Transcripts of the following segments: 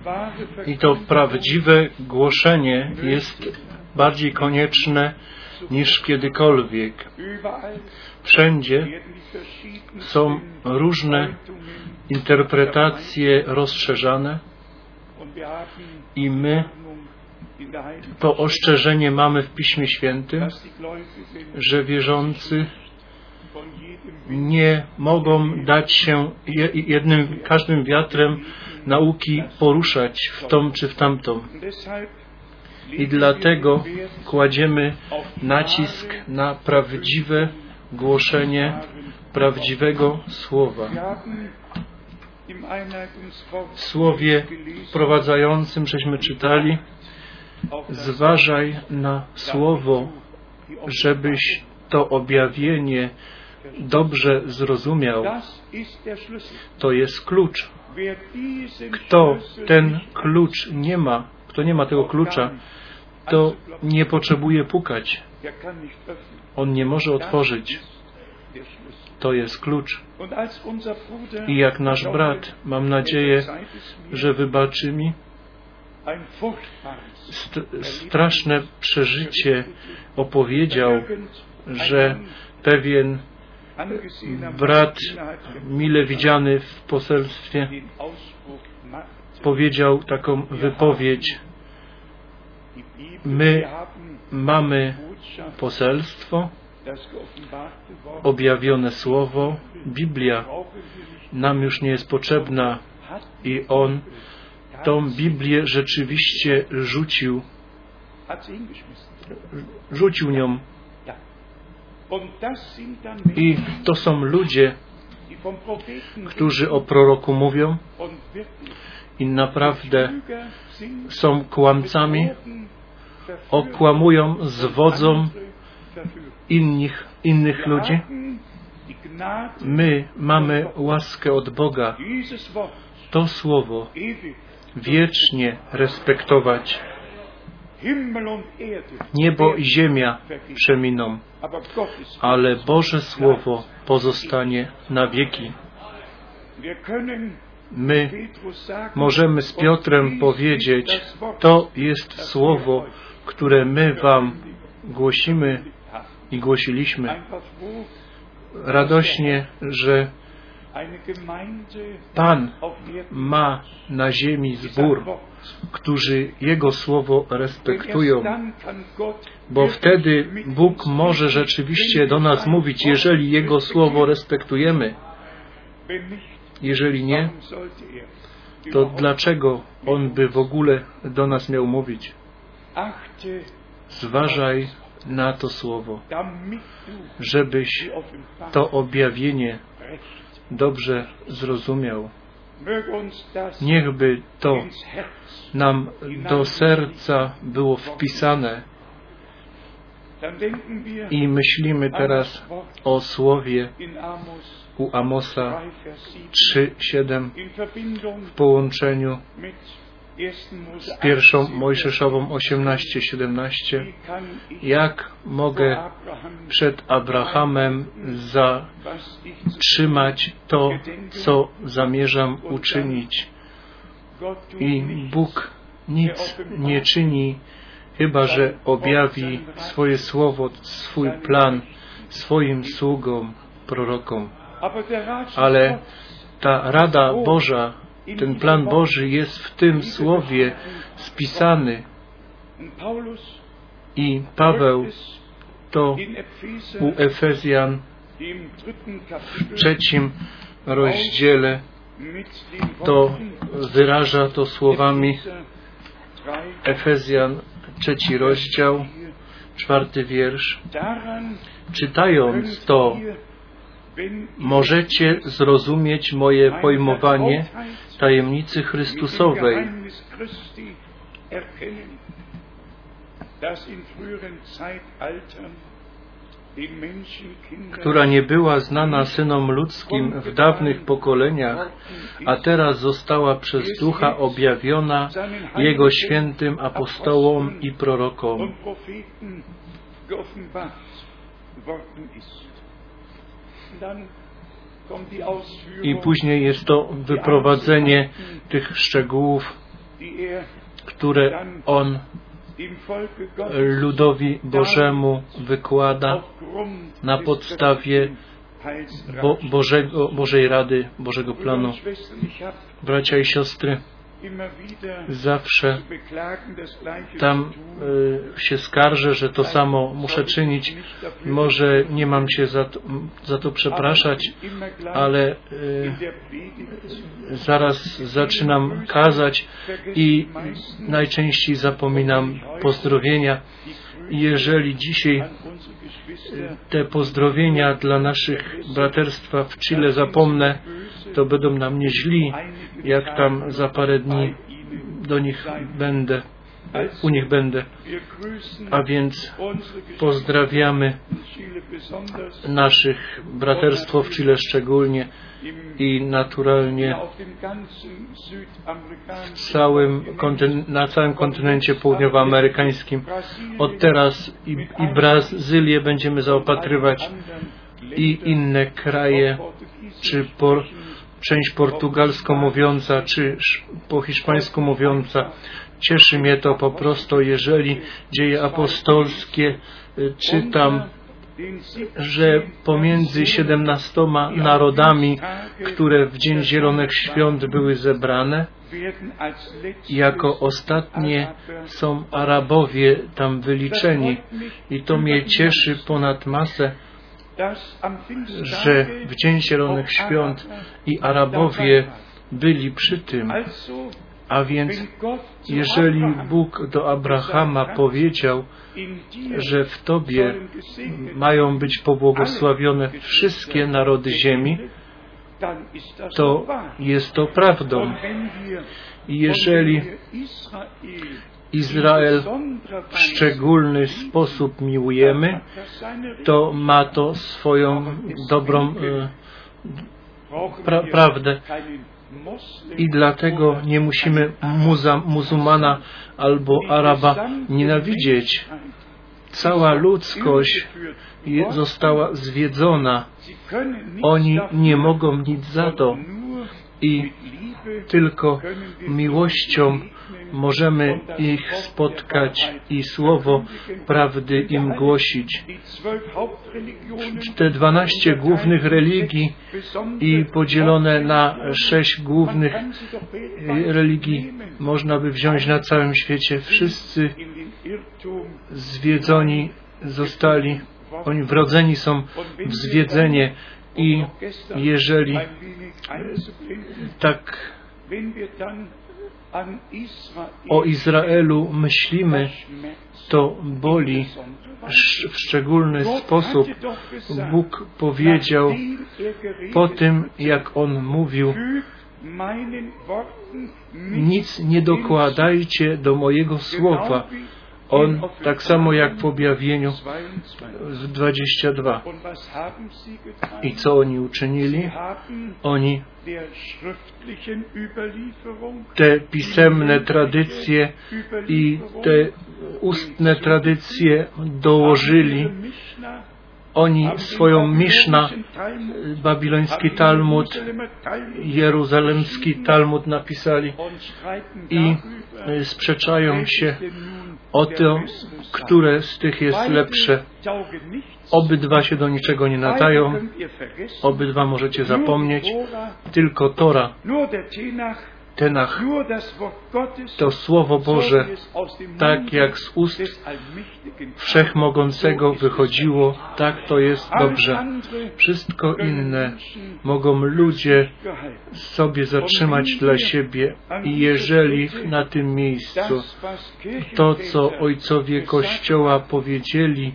I to prawdziwe głoszenie jest bardziej konieczne niż kiedykolwiek. Wszędzie są różne interpretacje rozszerzane i my to ostrzeżenie mamy w Piśmie Świętym, że wierzący nie mogą dać się każdym wiatrem nauki poruszać w tą czy w tamtą. I dlatego kładziemy nacisk na prawdziwe głoszenie prawdziwego słowa. W słowie wprowadzającym żeśmy czytali: zważaj na słowo, żebyś to objawienie dobrze zrozumiał. To jest klucz. Kto ten klucz nie ma, kto nie ma tego klucza, to nie potrzebuje pukać. On nie może otworzyć. To jest klucz. I jak nasz brat, mam nadzieję, że wybaczy mi, straszne przeżycie opowiedział, że pewien brat, mile widziany w poselstwie, powiedział taką wypowiedź: my mamy poselstwo, objawione słowo, Biblia nam już nie jest potrzebna, i on tą Biblię rzeczywiście rzucił nią. I to są ludzie, którzy o proroku mówią i naprawdę są kłamcami, okłamują, zwodzą innych ludzi. My mamy łaskę od Boga. To słowo wiecznie respektować. Niebo i ziemia przeminą, ale Boże Słowo pozostanie na wieki. My możemy z Piotrem powiedzieć: to jest słowo, które my wam głosimy i głosiliśmy. Radośnie, że Pan ma na ziemi zbór, którzy Jego słowo respektują, bo wtedy Bóg może rzeczywiście do nas mówić, jeżeli Jego słowo respektujemy. Jeżeli nie, to dlaczego On by w ogóle do nas miał mówić? Zważaj na to słowo, żebyś to objawienie dobrze zrozumiał. Niechby to nam do serca było wpisane. I myślimy teraz o słowie u Amosa 3:7 w połączeniu z pierwszą Mojżeszową 18:17. Jak mogę przed Abrahamem zatrzymać to, co zamierzam uczynić? I Bóg nic nie czyni, chyba że objawi swoje słowo, swój plan swoim sługom, prorokom. Ale ta rada Boża, ten plan Boży jest w tym słowie spisany. I Paweł to u Efezjan w 3. rozdziale to wyraża to słowami. Efezjan 3. rozdział, 4. wiersz. Czytając to, możecie zrozumieć moje pojmowanie tajemnicy Chrystusowej, która nie była znana synom ludzkim w dawnych pokoleniach, a teraz została przez Ducha objawiona Jego świętym apostołom i prorokom. I później jest to wyprowadzenie tych szczegółów które On ludowi Bożemu wykłada na podstawie Bożej Rady, Bożego planu. Bracia i siostry, zawsze tam się skarżę, że to samo muszę czynić. Może nie mam się za to przepraszać, ale zaraz zaczynam kazać i najczęściej zapominam pozdrowienia. Jeżeli dzisiaj te pozdrowienia dla naszych braterstwa w Chile zapomnę, to będą na mnie źli, jak tam za parę dni u nich będę. A więc pozdrawiamy naszych braterstwo w Chile szczególnie i naturalnie na całym kontynencie południowoamerykańskim. Od teraz i Brazylię będziemy zaopatrywać i inne kraje, czy część portugalsko mówiąca, czy po hiszpańsku mówiąca. Cieszy mnie to po prostu, jeżeli Dzieje apostolskie czytam, że pomiędzy 17 narodami, które w Dzień Zielonych Świąt były zebrane, jako ostatnie są Arabowie tam wyliczeni. I to mnie cieszy ponad masę, że w Dzień Zielonych Świąt i Arabowie byli przy tym. A więc, jeżeli Bóg do Abrahama powiedział, że w Tobie mają być pobłogosławione wszystkie narody ziemi, to jest to prawdą. I jeżeli Izrael w szczególny sposób miłujemy, to ma to swoją dobrą prawdę. I dlatego nie musimy muzułmana albo Araba nienawidzieć. Cała ludzkość została zwiedzona. Oni nie mogą nic za to. I tylko miłością możemy ich spotkać i słowo prawdy im głosić. Te 12 głównych religii i podzielone na 6 głównych religii można by wziąć na całym świecie. Wszyscy zwiedzoni zostali, oni wrodzeni są w zwiedzenie i jeżeli tak o Izraelu myślimy, to boli w szczególny sposób. Bóg powiedział po tym, jak On mówił: nic nie dokładajcie do mojego słowa. On, tak samo jak w objawieniu 22. I co oni uczynili? Oni te pisemne tradycje i te ustne tradycje dołożyli. Oni swoją Miszna, babiloński Talmud, jeruzalemski Talmud napisali i sprzeczają się o to, które z tych jest lepsze. Obydwa się do niczego nie nadają, obydwa możecie zapomnieć, tylko Tora, Tenach, to Słowo Boże, tak jak z ust Wszechmogącego wychodziło, tak to jest dobrze. Wszystko inne mogą ludzie sobie zatrzymać dla siebie i jeżeli na tym miejscu to, co ojcowie Kościoła powiedzieli,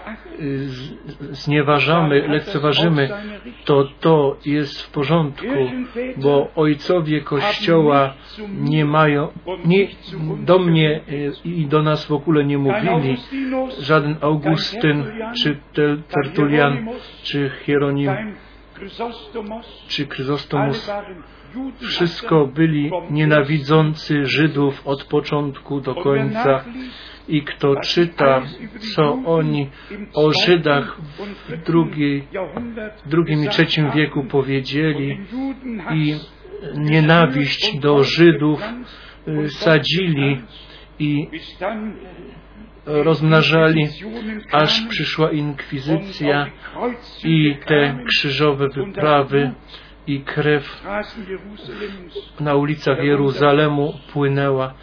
znieważamy, lekceważymy, to jest w porządku, bo ojcowie Kościoła nie mają, do mnie i do nas w ogóle nie mówili, żaden Augustyn, czy Tertulian, czy Hieronim, czy Chryzostomus. Wszystko byli nienawidzący Żydów od początku do końca. I kto czyta, co oni o Żydach w drugim i trzecim wieku powiedzieli i nienawiść do Żydów sadzili i rozmnażali, aż przyszła inkwizycja i te krzyżowe wyprawy i krew na ulicach Jeruzalemu płynęła.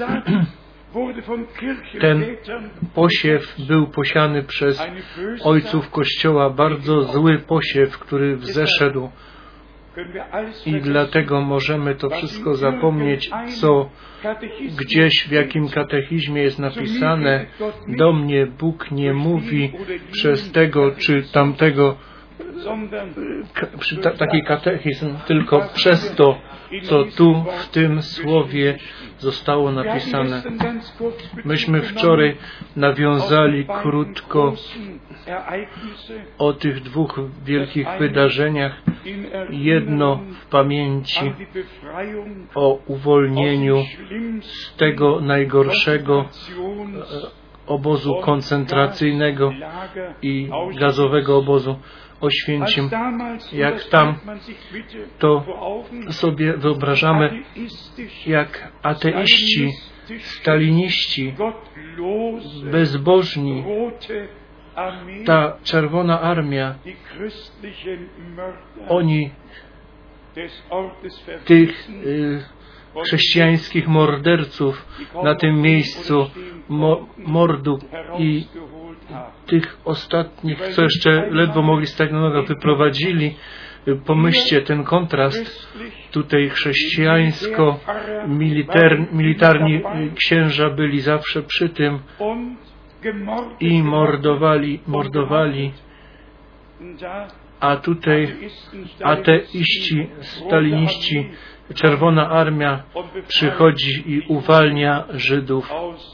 Ten posiew był posiany przez ojców Kościoła, bardzo zły posiew, który wzeszedł. I dlatego możemy to wszystko zapomnieć, co gdzieś w jakim katechizmie jest napisane. Do mnie Bóg nie mówi przez tego czy tamtego, taki katechizm, tylko przez to, co tu w tym słowie zostało napisane. Myśmy wczoraj nawiązali krótko o tych dwóch wielkich wydarzeniach. Jedno w pamięci o uwolnieniu z tego najgorszego obozu koncentracyjnego i gazowego obozu Oświęcim. Jak tam, to sobie wyobrażamy, jak ateiści, staliniści, bezbożni, ta czerwona armia, oni tych chrześcijańskich morderców na tym miejscu mordu i tych ostatnich, co jeszcze ledwo mogli stać na nogach, wyprowadzili. Pomyślcie ten kontrast. Tutaj chrześcijańsko-militarni księża byli zawsze przy tym i mordowali. A tutaj ateiści, staliniści, czerwona armia przychodzi i uwalnia Żydów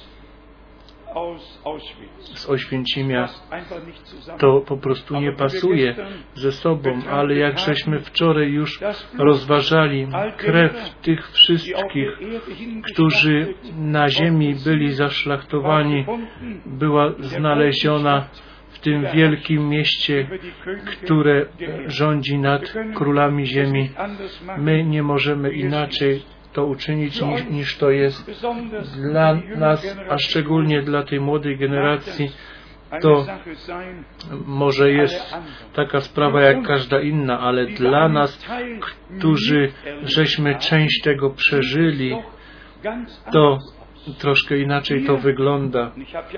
z Oświęcimia. To po prostu nie pasuje ze sobą, ale jak żeśmy wczoraj już rozważali, krew tych wszystkich, którzy na ziemi byli zaszlachtowani, była znaleziona w tym wielkim mieście, które rządzi nad królami ziemi. My nie możemy inaczej to uczynić niż to jest dla nas, a szczególnie dla tej młodej generacji. To może jest taka sprawa jak każda inna, ale dla nas, którzy żeśmy część tego przeżyli, to troszkę inaczej to wygląda.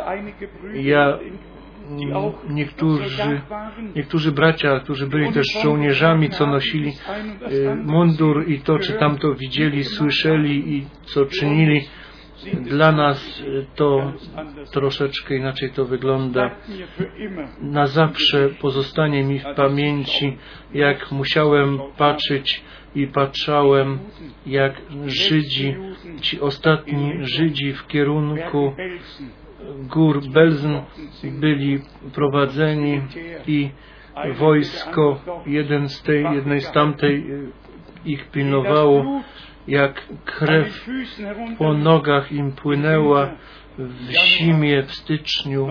Niektórzy bracia, którzy byli też żołnierzami, co nosili mundur i to, czy tamto widzieli, słyszeli i co czynili, dla nas to troszeczkę inaczej to wygląda. Na zawsze pozostanie mi w pamięci, jak musiałem patrzeć i patrzałem, jak Żydzi, ci ostatni Żydzi w kierunku gór Belzn byli prowadzeni i wojsko jednej z tamtej ich pilnowało, jak krew po nogach im płynęła w zimie w styczniu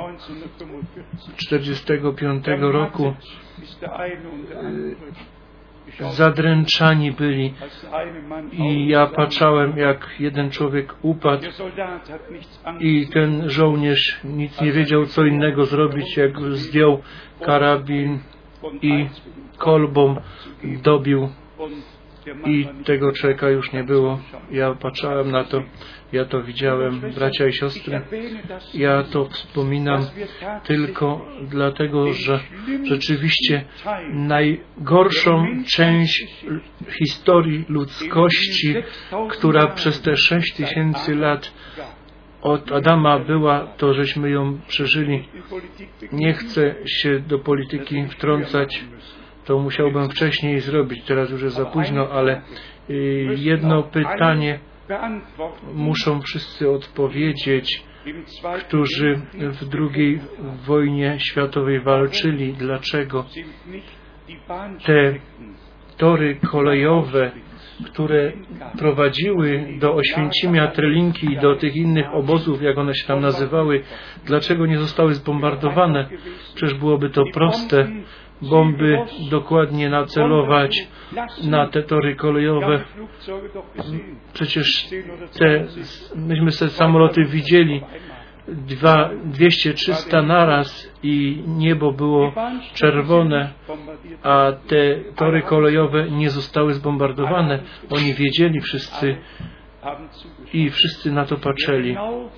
1945 roku. Zadręczani byli i ja patrzałem, jak jeden człowiek upadł i ten żołnierz nic nie wiedział, co innego zrobić, jak zdjął karabin i kolbą dobił i tego człowieka już nie było. Ja patrzałem na to, ja to widziałem, bracia i siostry. Ja to wspominam tylko dlatego, że rzeczywiście najgorszą część historii ludzkości, która przez te 6000 lat od Adama była, to żeśmy ją przeżyli. Nie chcę się do polityki wtrącać, to musiałbym wcześniej zrobić, teraz już jest za późno, ale jedno pytanie muszą wszyscy odpowiedzieć, którzy w II wojnie światowej walczyli. Dlaczego te tory kolejowe, które prowadziły do Oświęcimia, Trelinki i do tych innych obozów, jak one się tam nazywały, dlaczego nie zostały zbombardowane? Przecież byłoby to proste. bomby dokładnie nacelować na te tory kolejowe. Przecież myśmy te samoloty widzieli 200-300 naraz i niebo było czerwone, a te tory kolejowe nie zostały zbombardowane. Oni wiedzieli wszyscy i wszyscy na to patrzyli.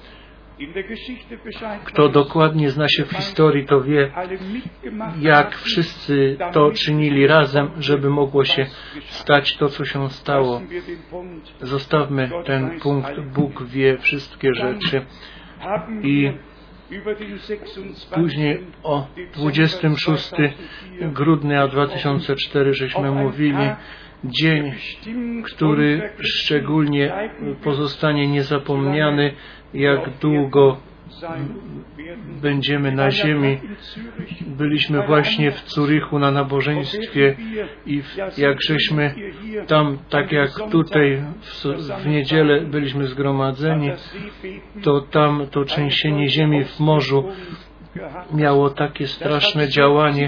Kto dokładnie zna się w historii, to wie, jak wszyscy to czynili razem, żeby mogło się stać to, co się stało. Zostawmy ten punkt. Bóg wie wszystkie rzeczy. I później o 26 grudnia 2004 żeśmy mówili, dzień, który szczególnie pozostanie niezapomniany, jak długo będziemy na ziemi. Byliśmy właśnie w Zurychu na nabożeństwie i jak żeśmy tam, tak jak tutaj w niedzielę byliśmy zgromadzeni, to tam to trzęsienie ziemi w morzu miało takie straszne działanie,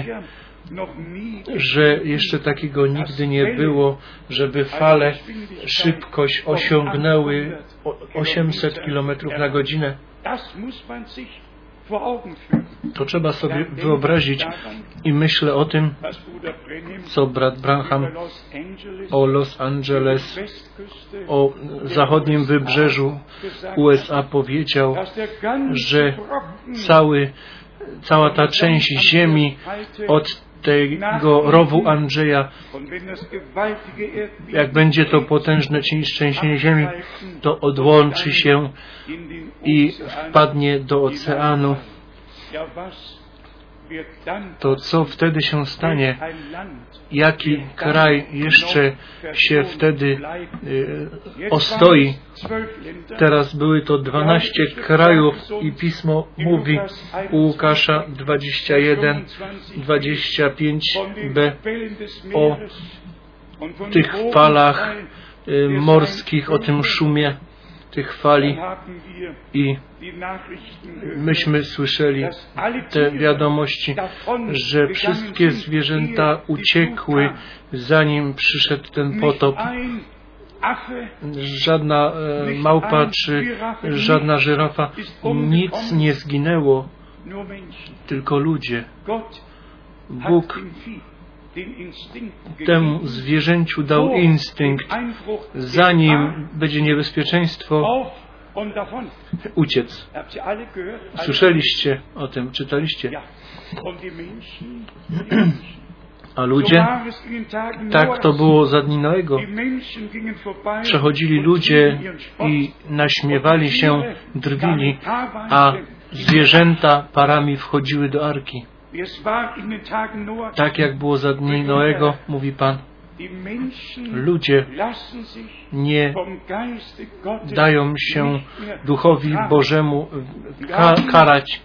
że jeszcze takiego nigdy nie było, żeby fale szybkość osiągnęły 800 km na godzinę. To trzeba sobie wyobrazić i myślę o tym, co brat Branham o Los Angeles, o zachodnim wybrzeżu USA powiedział, że cała ta część ziemi od tego rowu Andrzeja, jak będzie to potężne trzęsienie ziemi, to odłączy się i wpadnie do oceanu. To co wtedy się stanie? Jaki kraj jeszcze się wtedy ostoi? Teraz były to 12 krajów i Pismo mówi u Łukasza 21-25b o tych falach morskich, o tym szumie tych fali i myśmy słyszeli te wiadomości, że wszystkie zwierzęta uciekły, zanim przyszedł ten potop. Żadna małpa czy żadna żyrafa, nic nie zginęło, tylko ludzie. Bóg temu zwierzęciu dał instynkt, zanim będzie niebezpieczeństwo, uciec. Słyszeliście o tym, czytaliście? A ludzie, tak to było za dni Noego. Przechodzili ludzie i naśmiewali się, drwili, a zwierzęta parami wchodziły do arki. Tak jak było za dni Noego, mówi Pan. Ludzie nie dają się Duchowi Bożemu karać.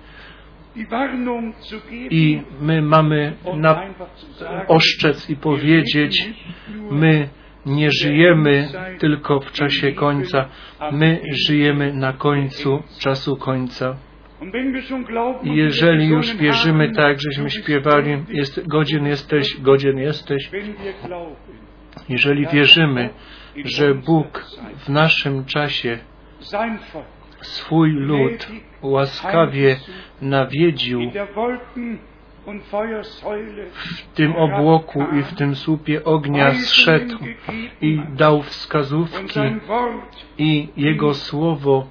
I my mamy ostrzec i powiedzieć, my nie żyjemy tylko w czasie końca, my żyjemy na końcu czasu końca. I jeżeli już wierzymy tak, żeśmy śpiewali, godzien jesteś, jeżeli wierzymy, że Bóg w naszym czasie swój lud łaskawie nawiedził w tym obłoku i w tym słupie ognia zszedł i dał wskazówki i Jego Słowo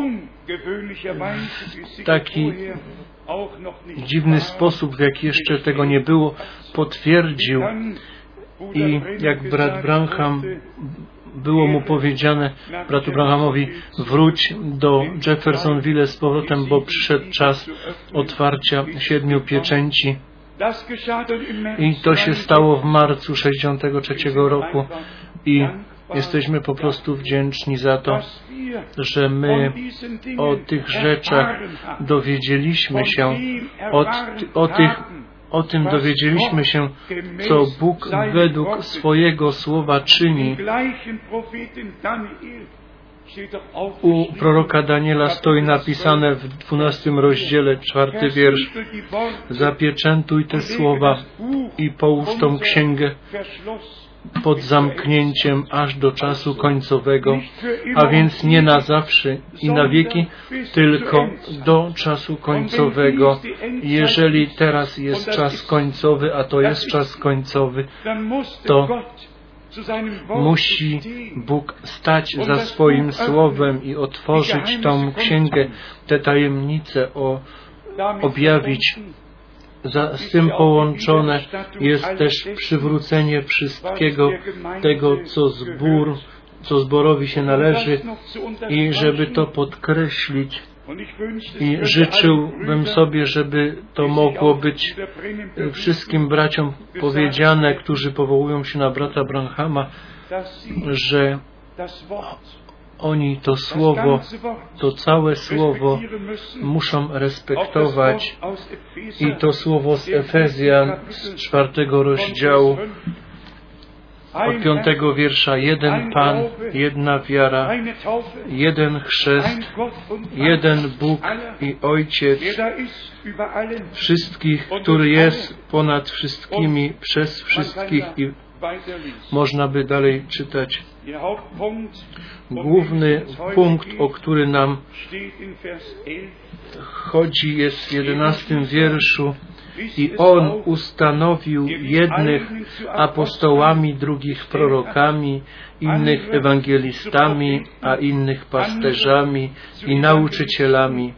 w taki dziwny sposób, w jaki jeszcze tego nie było, potwierdził. I jak brat Branham, było mu powiedziane, bratu Branhamowi, wróć do Jeffersonville z powrotem, bo przyszedł czas otwarcia 7 pieczęci. I to się stało w marcu 1963 roku i jesteśmy po prostu wdzięczni za to, że my o tych rzeczach dowiedzieliśmy się, o tym dowiedzieliśmy się, co Bóg według swojego słowa czyni. U proroka Daniela stoi napisane w 12 rozdziale, 4 wiersz: zapieczętuj te słowa i połóż tą księgę pod zamknięciem aż do czasu końcowego, a więc nie na zawsze i na wieki, tylko do czasu końcowego. Jeżeli teraz jest czas końcowy, a to jest czas końcowy, to musi Bóg stać za swoim słowem i otworzyć tą księgę, te tajemnice objawić. Z tym połączone jest też przywrócenie wszystkiego tego, co zborowi się należy, i żeby to podkreślić. I życzyłbym sobie, żeby to mogło być wszystkim braciom powiedziane, którzy powołują się na brata Branhama, że oni to słowo, to całe słowo muszą respektować. I to słowo z Efezjan z 4 rozdziału od 5 wiersza: jeden Pan, jedna wiara, jeden chrzest, jeden Bóg i Ojciec wszystkich, który jest ponad wszystkimi, przez wszystkich. I można by dalej czytać. Główny punkt, o który nam chodzi, jest w 11 wierszu. I On ustanowił jednych apostołami, drugich prorokami, innych ewangelistami, a innych pasterzami i nauczycielami.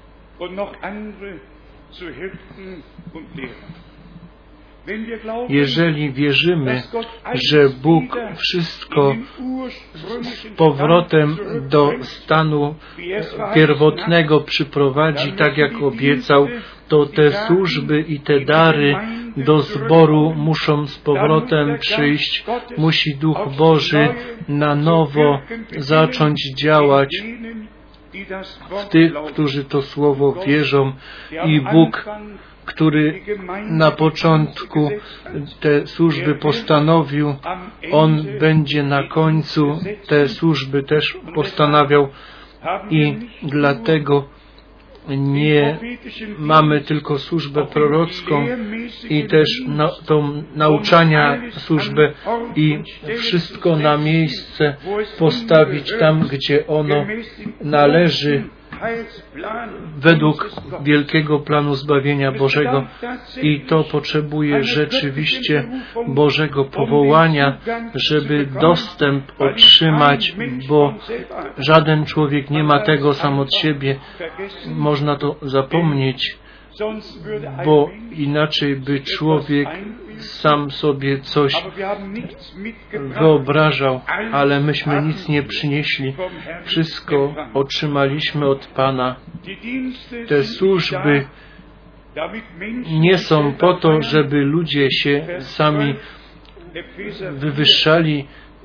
Jeżeli wierzymy, że Bóg wszystko z powrotem do stanu pierwotnego przyprowadzi, tak jak obiecał, to te służby i te dary do zboru muszą z powrotem przyjść. Musi Duch Boży na nowo zacząć działać w tych, którzy to słowo wierzą, i Bóg, który na początku te służby postanowił, On będzie na końcu te służby też postanawiał, i dlatego nie mamy tylko służbę prorocką i też tą nauczania służbę, i wszystko na miejsce postawić tam, gdzie ono należy, według wielkiego planu zbawienia Bożego. I to potrzebuje rzeczywiście Bożego powołania, żeby dostęp otrzymać, bo żaden człowiek nie ma tego sam od siebie. Można to zapomnieć, bo inaczej by człowiek sam sobie coś wyobrażał, ale myśmy nic nie przynieśli. Wszystko otrzymaliśmy od Pana. Te służby nie są po to, żeby ludzie się sami wywyższali,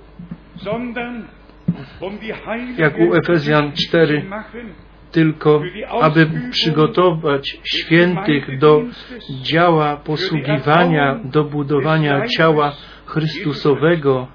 jak u Efezjan 4, tylko aby przygotować świętych do dzieła posługiwania, do budowania ciała Chrystusowego.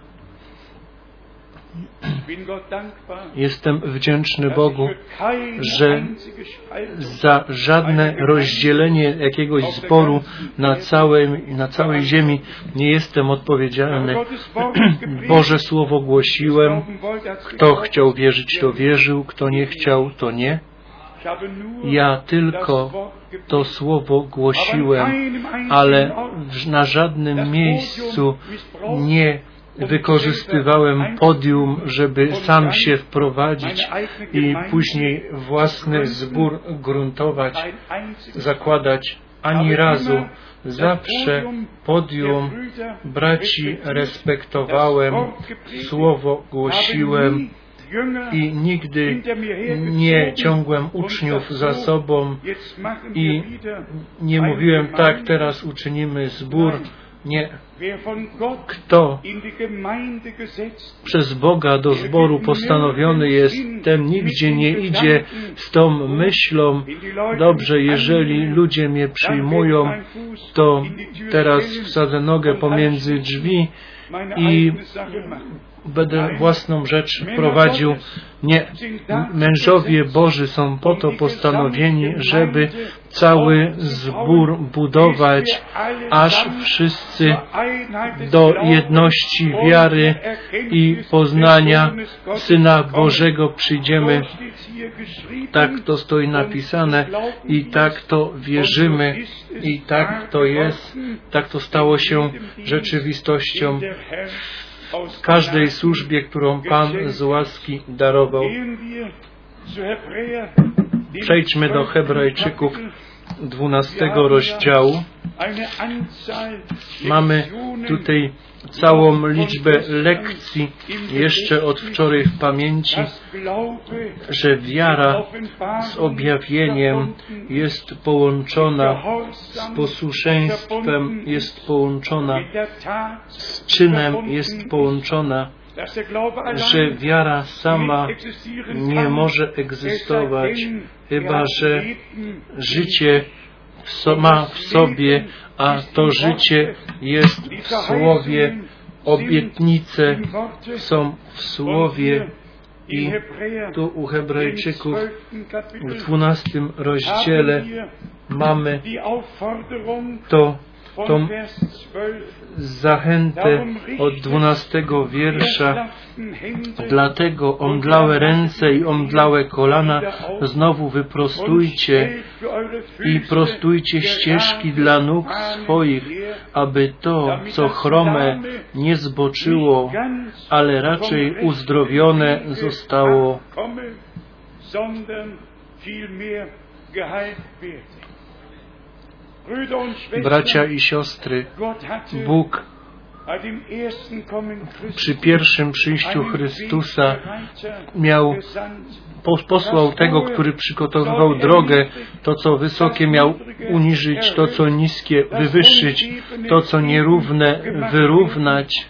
Jestem wdzięczny Bogu, że za żadne rozdzielenie jakiegoś zboru na całej ziemi nie jestem odpowiedzialny. Boże Słowo głosiłem. Kto chciał wierzyć, to wierzył. Kto nie chciał, to nie. Ja tylko to Słowo głosiłem, ale na żadnym miejscu nie wykorzystywałem podium, żeby sam się wprowadzić i później własny zbór gruntować, zakładać. Ani razu. Zawsze podium braci respektowałem, Słowo głosiłem i nigdy nie ciągłem uczniów za sobą i nie mówiłem: tak, teraz uczynimy zbór. Nie. Kto przez Boga do zboru postanowiony jest, ten nigdzie nie idzie z tą myślą: dobrze, jeżeli ludzie mnie przyjmują, to teraz wsadzę nogę pomiędzy drzwi i będę własną rzecz prowadził. Nie, mężowie Boży są po to postanowieni, żeby cały zbór budować, aż wszyscy do jedności wiary i poznania Syna Bożego przyjdziemy. Tak to stoi napisane i tak to wierzymy i tak to jest, tak to stało się rzeczywistością w każdej służbie, którą Pan z łaski darował. Przejdźmy do Hebrajczyków 12 rozdziału. Mamy tutaj całą liczbę lekcji jeszcze od wczoraj w pamięci, że wiara z objawieniem jest połączona, z posłuszeństwem jest połączona, z czynem jest połączona, że wiara sama nie może egzystować, chyba że życie ma w sobie, a to życie jest w Słowie, obietnice są w Słowie i tu u Hebrajczyków w 12 rozdziale mamy tą zachętę od 12 wiersza. Dlatego omdlałe ręce i omdlałe kolana znowu wyprostujcie i prostujcie ścieżki dla nóg swoich, aby to, co chrome, nie zboczyło, ale raczej uzdrowione zostało. Bracia i siostry, Bóg przy pierwszym przyjściu Chrystusa posłał tego, który przygotowywał drogę, to co wysokie miał uniżyć, to co niskie wywyższyć, to co nierówne wyrównać.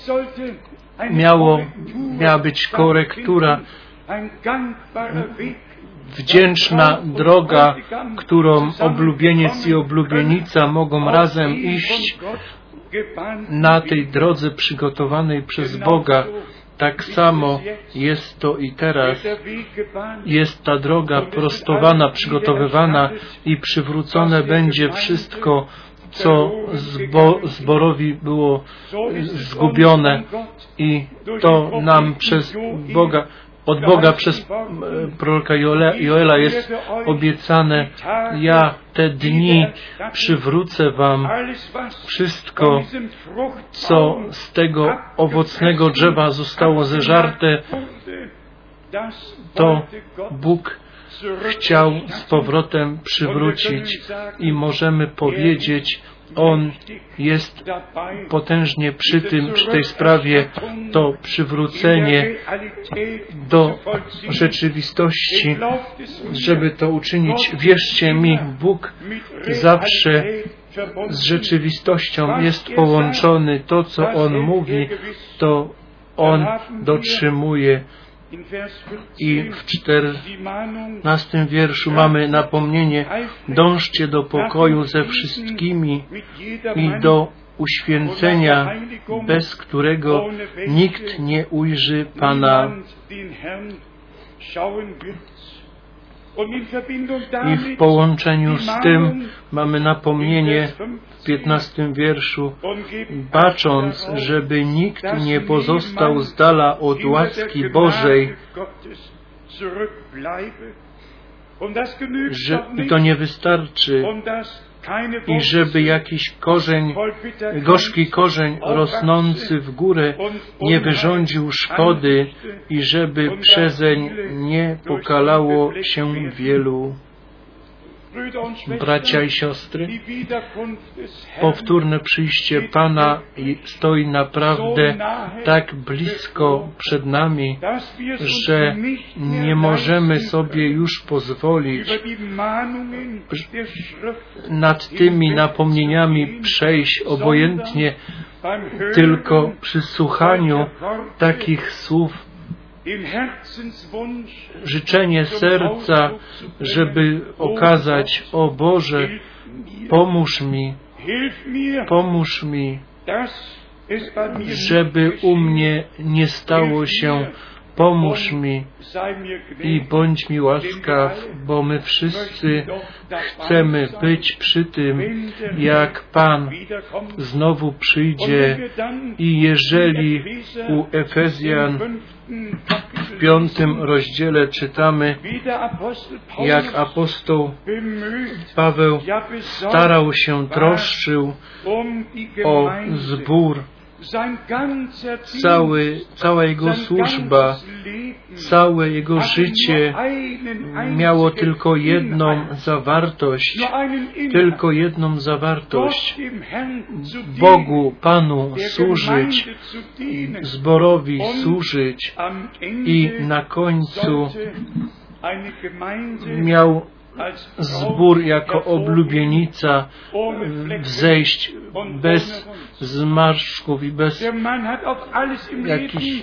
Miała być korektura, wdzięczna droga, którą oblubieniec i oblubienica mogą razem iść na tej drodze przygotowanej przez Boga. Tak samo jest to i teraz. Jest ta droga prostowana, przygotowywana i przywrócone będzie wszystko, co zborowi było zgubione, i to nam przez Boga, od Boga przez proroka Joela jest obiecane: ja te dni przywrócę wam wszystko, co z tego owocnego drzewa zostało zeżarte. To Bóg chciał z powrotem przywrócić i możemy powiedzieć, On jest potężnie przy tej sprawie, to przywrócenie do rzeczywistości, żeby to uczynić. Wierzcie mi, Bóg zawsze z rzeczywistością jest połączony. To, co On mówi, to On dotrzymuje. I w 14 wierszu mamy napomnienie: dążcie do pokoju ze wszystkimi i do uświęcenia, bez którego nikt nie ujrzy Pana. I w połączeniu z tym mamy napomnienie w 15 wierszu: bacząc, żeby nikt nie pozostał z dala od łaski Bożej. I to nie wystarczy. I żeby jakiś gorzki korzeń rosnący w górę nie wyrządził szkody i żeby przezeń nie pokalało się wielu. Bracia i siostry, powtórne przyjście Pana stoi naprawdę tak blisko przed nami, że nie możemy sobie już pozwolić nad tymi napomnieniami przejść obojętnie, tylko przy słuchaniu takich słów życzenie serca, żeby okazać: o Boże, pomóż mi, żeby u mnie nie stało się. Pomóż mi i bądź mi łaskaw, bo my wszyscy chcemy być przy tym, jak Pan znowu przyjdzie. I jeżeli u Efezjan w 5. rozdziale czytamy, jak apostoł Paweł starał się, troszczył o zbór, cała jego służba, całe jego życie miało tylko jedną zawartość, Bogu, Panu służyć, zborowi służyć i na końcu miał zbór jako oblubienica wzejść bez zmarszczków i bez jakichś.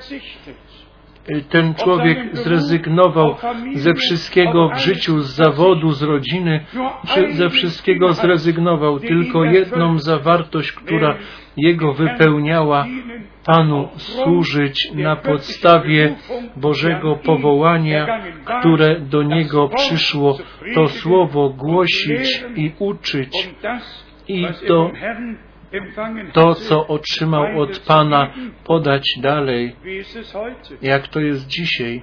Ten człowiek zrezygnował ze wszystkiego w życiu, z zawodu, z rodziny, ze wszystkiego zrezygnował. Tylko jedną zawartość, która jego wypełniała, Panu służyć na podstawie Bożego powołania, które do niego przyszło, to słowo głosić i uczyć i to, co otrzymał od Pana, podać dalej. Jak to jest dzisiaj?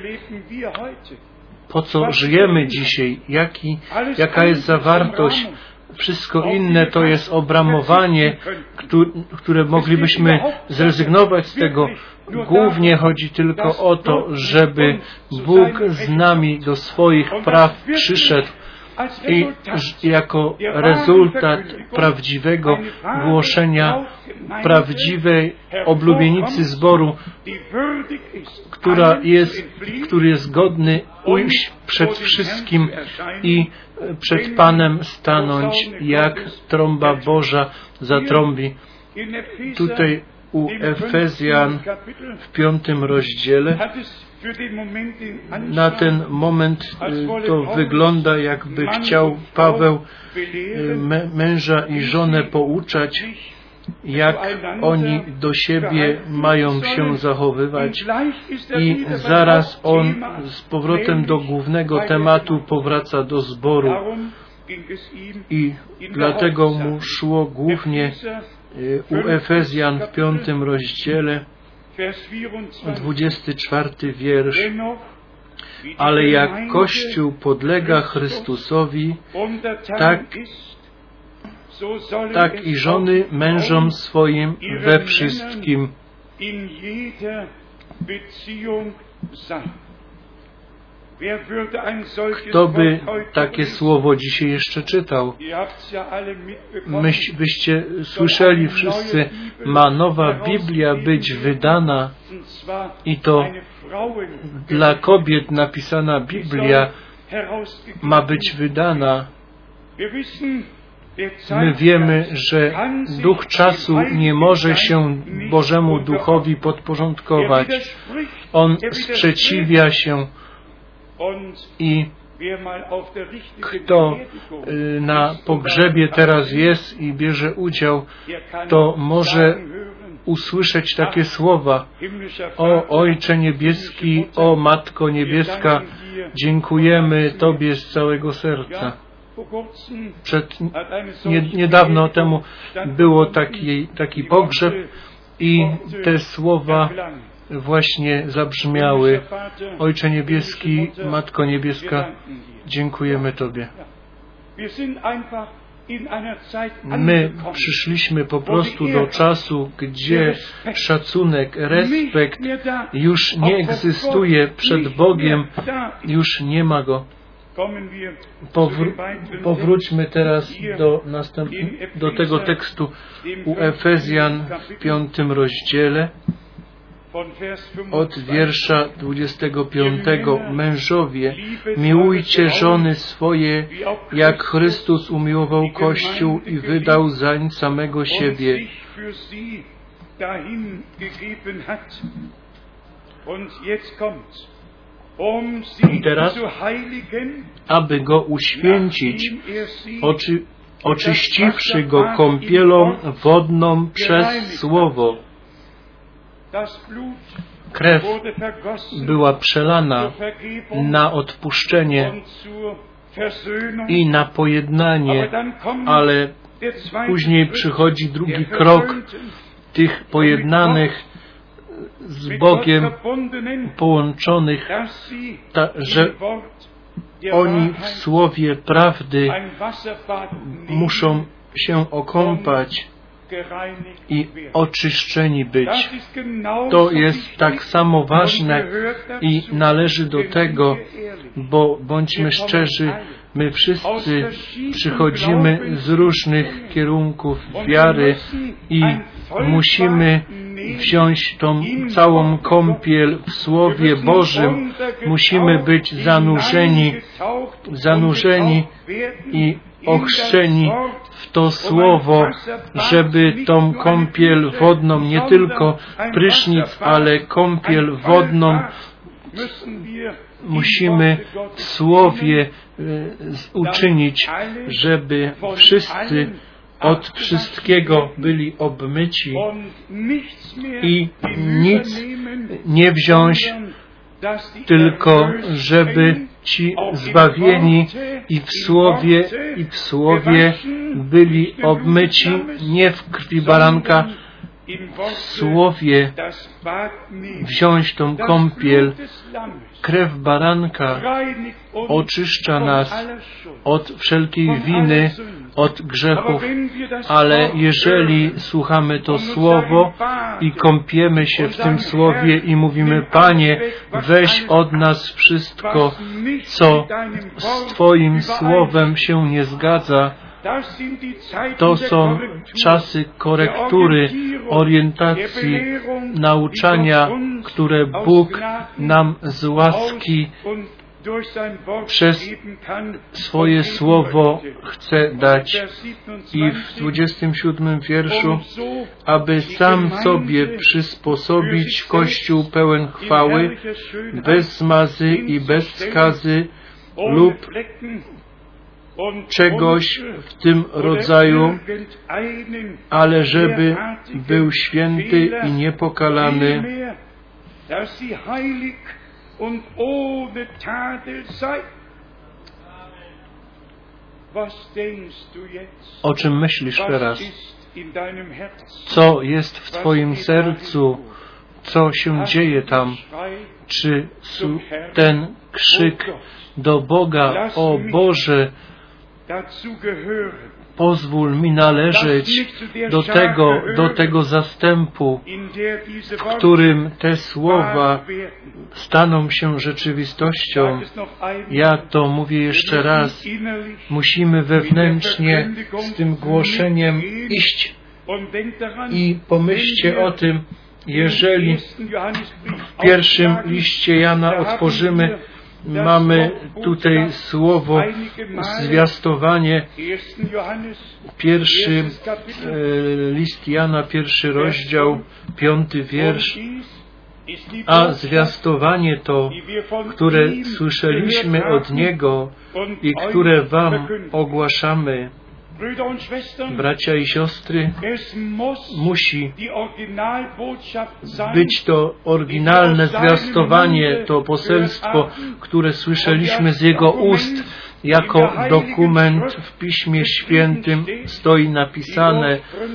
Po co żyjemy dzisiaj? Jaka jest zawartość? Wszystko inne to jest obramowanie, które moglibyśmy zrezygnować z tego. Głównie chodzi tylko o to, żeby Bóg z nami do swoich praw przyszedł i jako rezultat prawdziwego głoszenia, prawdziwej oblubienicy zboru, który jest godny ujść przed wszystkim i przed Panem stanąć, jak trąba Boża zatrąbi. Tutaj u Efezjan w 5. rozdziale na ten moment to wygląda, jakby chciał Paweł męża i żonę pouczać, jak oni do siebie mają się zachowywać, i zaraz on z powrotem do głównego tematu powraca do zboru. I dlatego mu szło głównie u Efezjan w 5. rozdziale, 24 wiersz. Ale jak Kościół podlega Chrystusowi, tak i żony mężom swoim we wszystkim. Kto by takie słowo dzisiaj jeszcze czytał? Byście słyszeli wszyscy, ma nowa Biblia być wydana, i to dla kobiet napisana Biblia ma być wydana. My wiemy, że duch czasu nie może się Bożemu Duchowi podporządkować. On sprzeciwia się. I kto na pogrzebie teraz jest i bierze udział, to może usłyszeć takie słowa: o Ojcze Niebieski, o Matko Niebieska, dziękujemy Tobie z całego serca. Niedawno temu było taki pogrzeb i te słowa właśnie zabrzmiały: Ojcze Niebieski, Matko Niebieska, dziękujemy Tobie. My przyszliśmy po prostu do czasu, gdzie szacunek, respekt już nie egzystuje przed Bogiem, już nie ma go. Powróćmy teraz do tego tekstu u Efezjan w 5. rozdziale, od wiersza 25. Mężowie, miłujcie żony swoje, jak Chrystus umiłował Kościół i wydał zań samego siebie. I teraz, aby go uświęcić, oczyściwszy go kąpielą wodną przez Słowo. Krew była przelana na odpuszczenie i na pojednanie, ale później przychodzi drugi krok tych pojednanych z Bogiem połączonych, że oni w słowie prawdy muszą się okąpać i oczyszczeni być. To jest tak samo ważne i należy do tego, bo bądźmy szczerzy, my wszyscy przychodzimy z różnych kierunków wiary i musimy wziąć tą całą kąpiel w Słowie Bożym. Musimy być zanurzeni i ochrzczeni w to Słowo, żeby tą kąpiel wodną, nie tylko prysznic, ale kąpiel wodną musimy w Słowie uczynić, żeby wszyscy od wszystkiego byli obmyci i nic nie wziąć, tylko żeby ci zbawieni i w Słowie byli obmyci, nie w krwi baranka, w Słowie wziąć tą kąpiel. Krew baranka oczyszcza nas od wszelkiej winy, od grzechów, ale jeżeli słuchamy to Słowo i kąpiemy się w tym Słowie i mówimy: Panie, weź od nas wszystko, co z Twoim Słowem się nie zgadza, to są czasy korektury, orientacji, nauczania, które Bóg nam z łaski przez swoje Słowo chce dać. I w 27 wierszu, aby sam sobie przysposobić Kościół pełen chwały, bez zmazy i bez skazy lub czegoś w tym rodzaju, ale żeby był święty i niepokalany. O czym myślisz teraz? Co jest w Twoim sercu? Co się dzieje tam? Czy ten krzyk do Boga: o Boże, pozwól mi należeć do tego zastępu, w którym te słowa staną się rzeczywistością. Ja to mówię jeszcze raz. Musimy wewnętrznie z tym głoszeniem iść i pomyślcie o tym, jeżeli w pierwszym liście Jana otworzymy, mamy tutaj słowo zwiastowanie. Pierwszy list Jana, 1 rozdział, 5 wiersz. A zwiastowanie to, które słyszeliśmy od Niego i które Wam ogłaszamy, bracia i siostry, musi być to oryginalne zwiastowanie, to poselstwo, które słyszeliśmy z Jego ust. Jako dokument w Piśmie Świętym stoi napisane: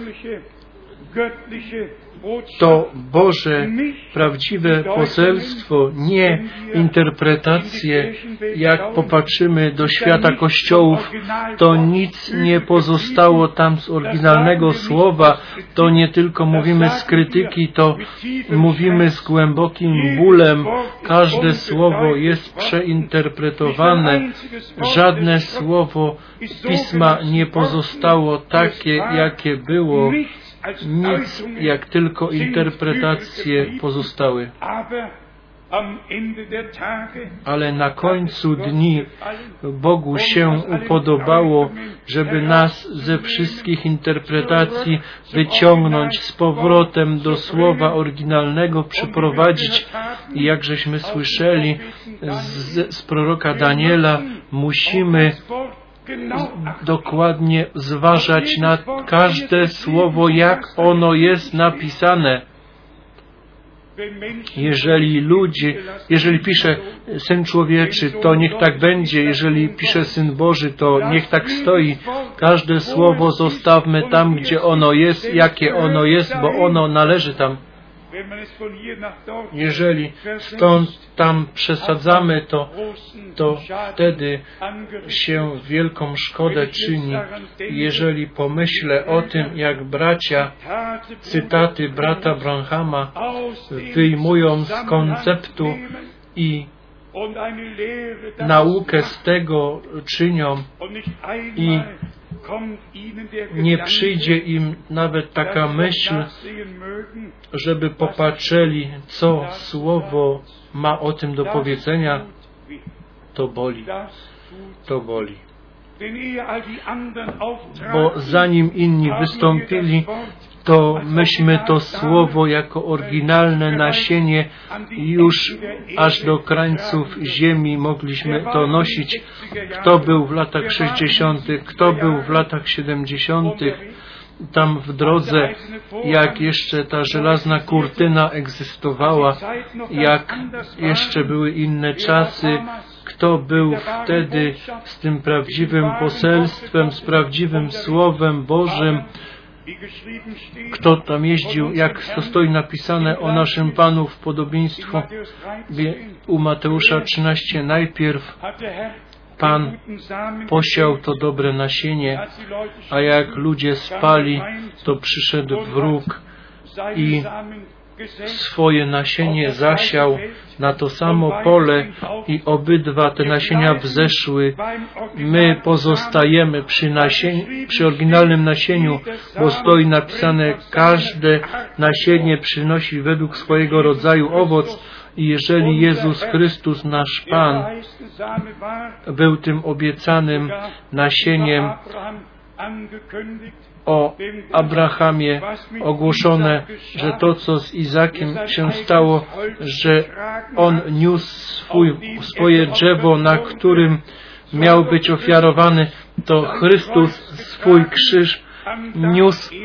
to Boże, prawdziwe poselstwo, nie interpretacje. Jak popatrzymy do świata kościołów, to nic nie pozostało tam z oryginalnego słowa. To nie tylko mówimy z krytyki, to mówimy z głębokim bólem. Każde słowo jest przeinterpretowane. Żadne słowo Pisma nie pozostało takie, jakie było. Nic, jak tylko interpretacje pozostały. Ale na końcu dni Bogu się upodobało, żeby nas ze wszystkich interpretacji wyciągnąć z powrotem do słowa oryginalnego, przyprowadzić. I jak żeśmy słyszeli z proroka Daniela, musimy dokładnie zważać na każde słowo, jak ono jest napisane. Jeżeli pisze Syn Człowieczy, to niech tak będzie. Jeżeli pisze Syn Boży, to niech tak stoi. Każde słowo zostawmy tam, gdzie ono jest, jakie ono jest, bo ono należy tam. Jeżeli stąd tam przesadzamy, to wtedy się wielką szkodę czyni. Jeżeli pomyślę o tym, jak bracia cytaty brata Branhama wyjmują z konceptu i naukę z tego czynią i nie przyjdzie im nawet taka myśl, żeby popatrzyli, co Słowo ma o tym do powiedzenia, to boli. To boli. Bo zanim inni wystąpili, to myśmy to Słowo jako oryginalne nasienie już aż do krańców ziemi mogliśmy to nosić. Kto był w latach 60., kto był w latach 70., tam w drodze, jak jeszcze ta żelazna kurtyna egzystowała, jak jeszcze były inne czasy, kto był wtedy z tym prawdziwym poselstwem, z prawdziwym Słowem Bożym, kto tam jeździł, jak to stoi napisane o naszym Panu w podobieństwo u Mateusza 13. Najpierw Pan posiał to dobre nasienie, a jak ludzie spali, to przyszedł wróg i swoje nasienie zasiał na to samo pole i obydwa te nasienia wzeszły. My pozostajemy przy oryginalnym nasieniu, bo stoi napisane, każde nasienie przynosi według swojego rodzaju owoc. I jeżeli Jezus Chrystus, nasz Pan, był tym obiecanym nasieniem, o Abrahamie ogłoszone, że to, co z Izakiem się stało, że on niósł swoje drzewo, na którym miał być ofiarowany, to Chrystus swój krzyż niósł,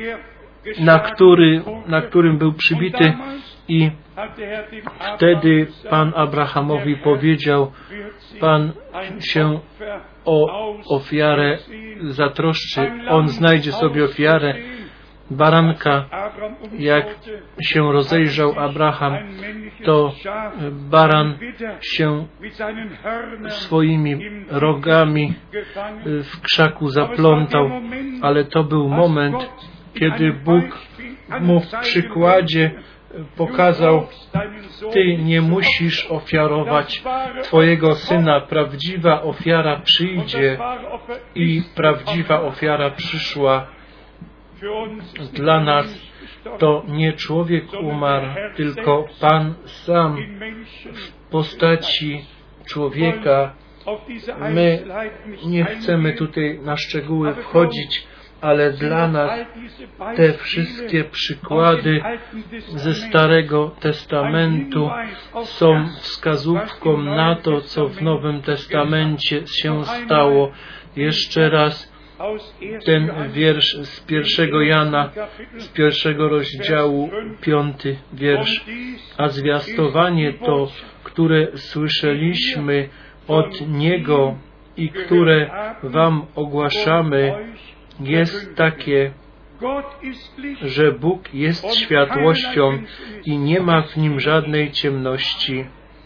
na którym był przybity, i wtedy Pan Abrahamowi powiedział, Pan się o ofiarę zatroszczy, on znajdzie sobie ofiarę baranka. Jak się rozejrzał Abraham, to baran się swoimi rogami w krzaku zaplątał, ale to był moment, kiedy Bóg mu w przykładzie pokazał, Ty nie musisz ofiarować Twojego Syna. Prawdziwa ofiara przyjdzie i prawdziwa ofiara przyszła. Dla nas to nie człowiek umarł, tylko Pan sam w postaci człowieka. My nie chcemy tutaj na szczegóły wchodzić, ale dla nas te wszystkie przykłady ze Starego Testamentu są wskazówką na to, co w Nowym Testamencie się stało. Jeszcze raz ten wiersz z 1 Jana, z 1 rozdziału, 5 wiersz. A zwiastowanie to, które słyszeliśmy od Niego i które Wam ogłaszamy, jest takie, że Bóg jest światłością i nie ma w Nim żadnej ciemności.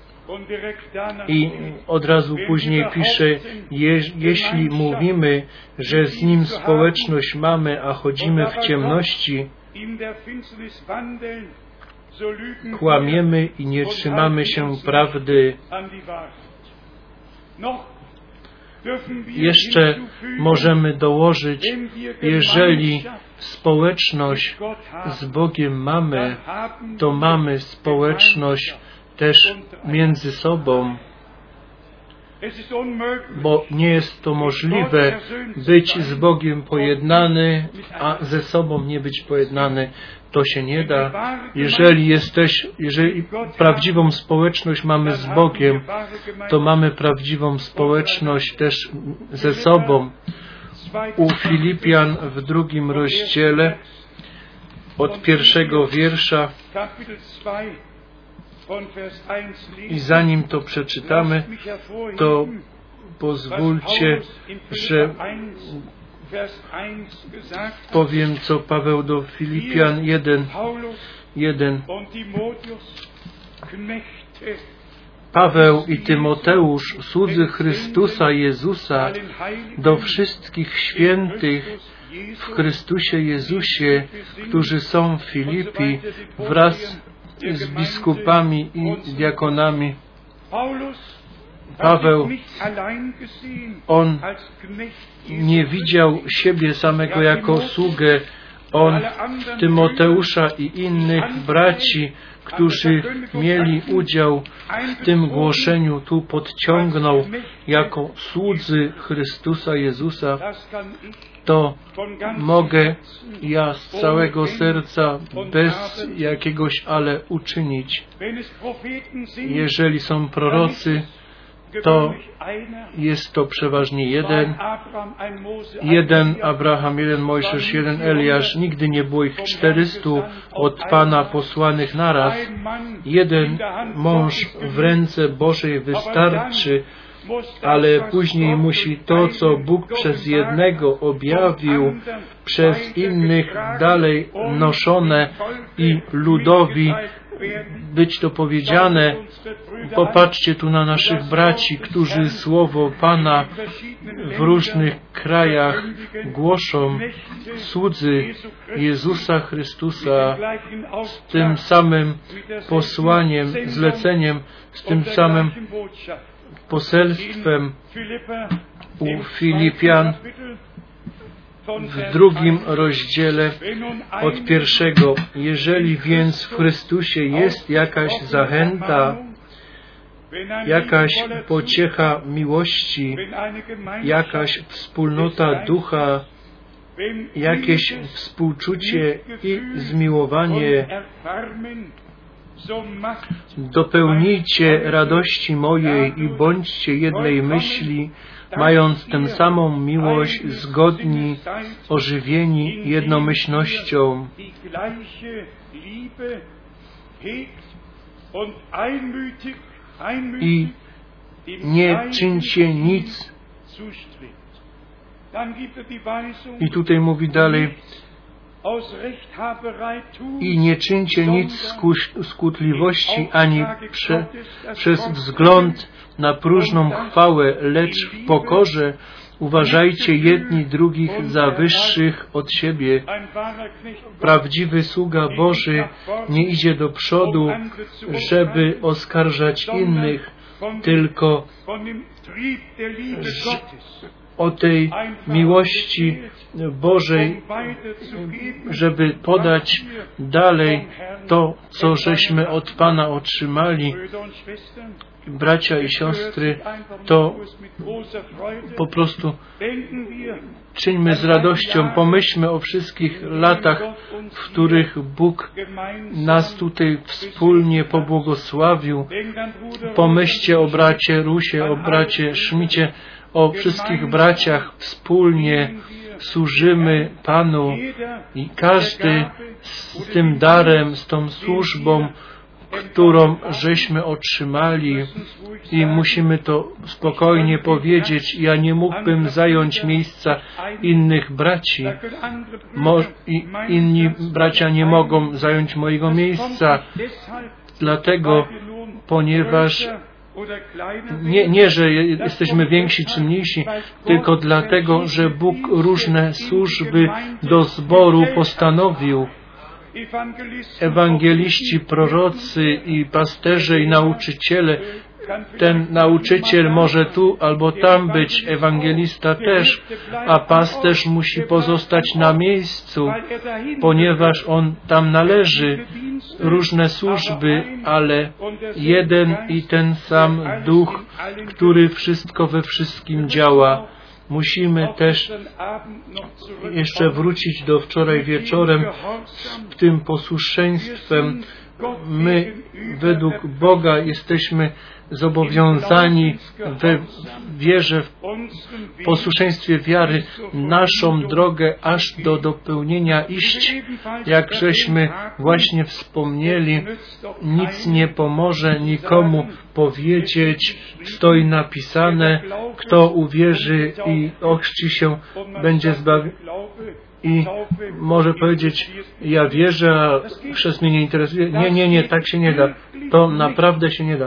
I od razu później pisze, jeśli mówimy, że z Nim społeczność mamy, a chodzimy w ciemności, kłamiemy i nie trzymamy się prawdy. Jeszcze możemy dołożyć, jeżeli społeczność z Bogiem mamy, to mamy społeczność też między sobą. bo nie jest to możliwe być z Bogiem pojednany, a ze sobą nie być pojednany. To się nie da. Jeżeli prawdziwą społeczność mamy z Bogiem, to mamy prawdziwą społeczność też ze sobą. U Filipian w 2 rozdziale od 1 wiersza i zanim to przeczytamy, to pozwólcie, że powiem, co Paweł do Filipian 1:1. Paweł i Tymoteusz, słudzy Chrystusa Jezusa, do wszystkich świętych w Chrystusie Jezusie, którzy są w Filipi, wraz z biskupami i diakonami. Paweł, on nie widział siebie samego jako sługę. On Tymoteusza i innych braci, którzy mieli udział w tym głoszeniu, tu podciągnął jako słudzy Chrystusa Jezusa. To mogę ja z całego serca, bez jakiegoś ale uczynić. Jeżeli są prorocy, to jest to przeważnie jeden Abraham, jeden Mojżesz, jeden Eliasz. Nigdy nie było ich 400 od Pana posłanych naraz. Jeden mąż w ręce Bożej wystarczy, ale później musi to, co Bóg przez jednego objawił, przez innych dalej noszone i ludowi być to powiedziane. Popatrzcie tu na naszych braci, którzy słowo Pana w różnych krajach głoszą, słudzy Jezusa Chrystusa z tym samym posłaniem, zleceniem, z tym samym poselstwem u Filipian w 2 rozdziale od 1. Jeżeli więc w Chrystusie jest jakaś zachęta, jakaś pociecha miłości, jakaś wspólnota ducha, jakieś współczucie i zmiłowanie, dopełnijcie radości mojej i bądźcie jednej myśli, mając tę samą miłość, zgodni, ożywieni jednomyślnością. I nie czyńcie nic. I tutaj mówi dalej, i nie czyńcie nic z skutliwości ani przez wzgląd na próżną chwałę, lecz w pokorze uważajcie jedni drugich za wyższych od siebie. Prawdziwy sługa Boży nie idzie do przodu, żeby oskarżać innych, tylko o tej miłości Bożej, żeby podać dalej to, co żeśmy od Pana otrzymali. Bracia i siostry, to po prostu czyńmy z radością, pomyślmy o wszystkich latach, w których Bóg nas tutaj wspólnie pobłogosławił. Pomyślcie o bracie Rusie, o bracie Szmicie, o wszystkich braciach. Wspólnie służymy Panu i każdy z tym darem, z tą służbą, którą żeśmy otrzymali, i musimy to spokojnie powiedzieć. Ja nie mógłbym zająć miejsca innych braci. Inni bracia nie mogą zająć mojego miejsca, dlatego, ponieważ nie, że jesteśmy więksi czy mniejsi, tylko dlatego, że Bóg różne służby do zboru postanowił. Ewangeliści, prorocy i pasterze i nauczyciele, ten nauczyciel może tu albo tam być, ewangelista też, a pasterz musi pozostać na miejscu, ponieważ on tam należy. Różne służby, ale jeden i ten sam Duch, który wszystko we wszystkim działa. Musimy też jeszcze wrócić do wczoraj wieczorem z tym posłuszeństwem. My według Boga jesteśmy zobowiązani we wierze, w posłuszeństwie wiary naszą drogę aż do dopełnienia iść. Jak żeśmy właśnie wspomnieli, nic nie pomoże nikomu powiedzieć, stoi napisane, kto uwierzy i ochrzci się, będzie zbawiony. I może powiedzieć, ja wierzę, a chrzest mnie nie interesuje. Nie, tak się nie da. To naprawdę się nie da.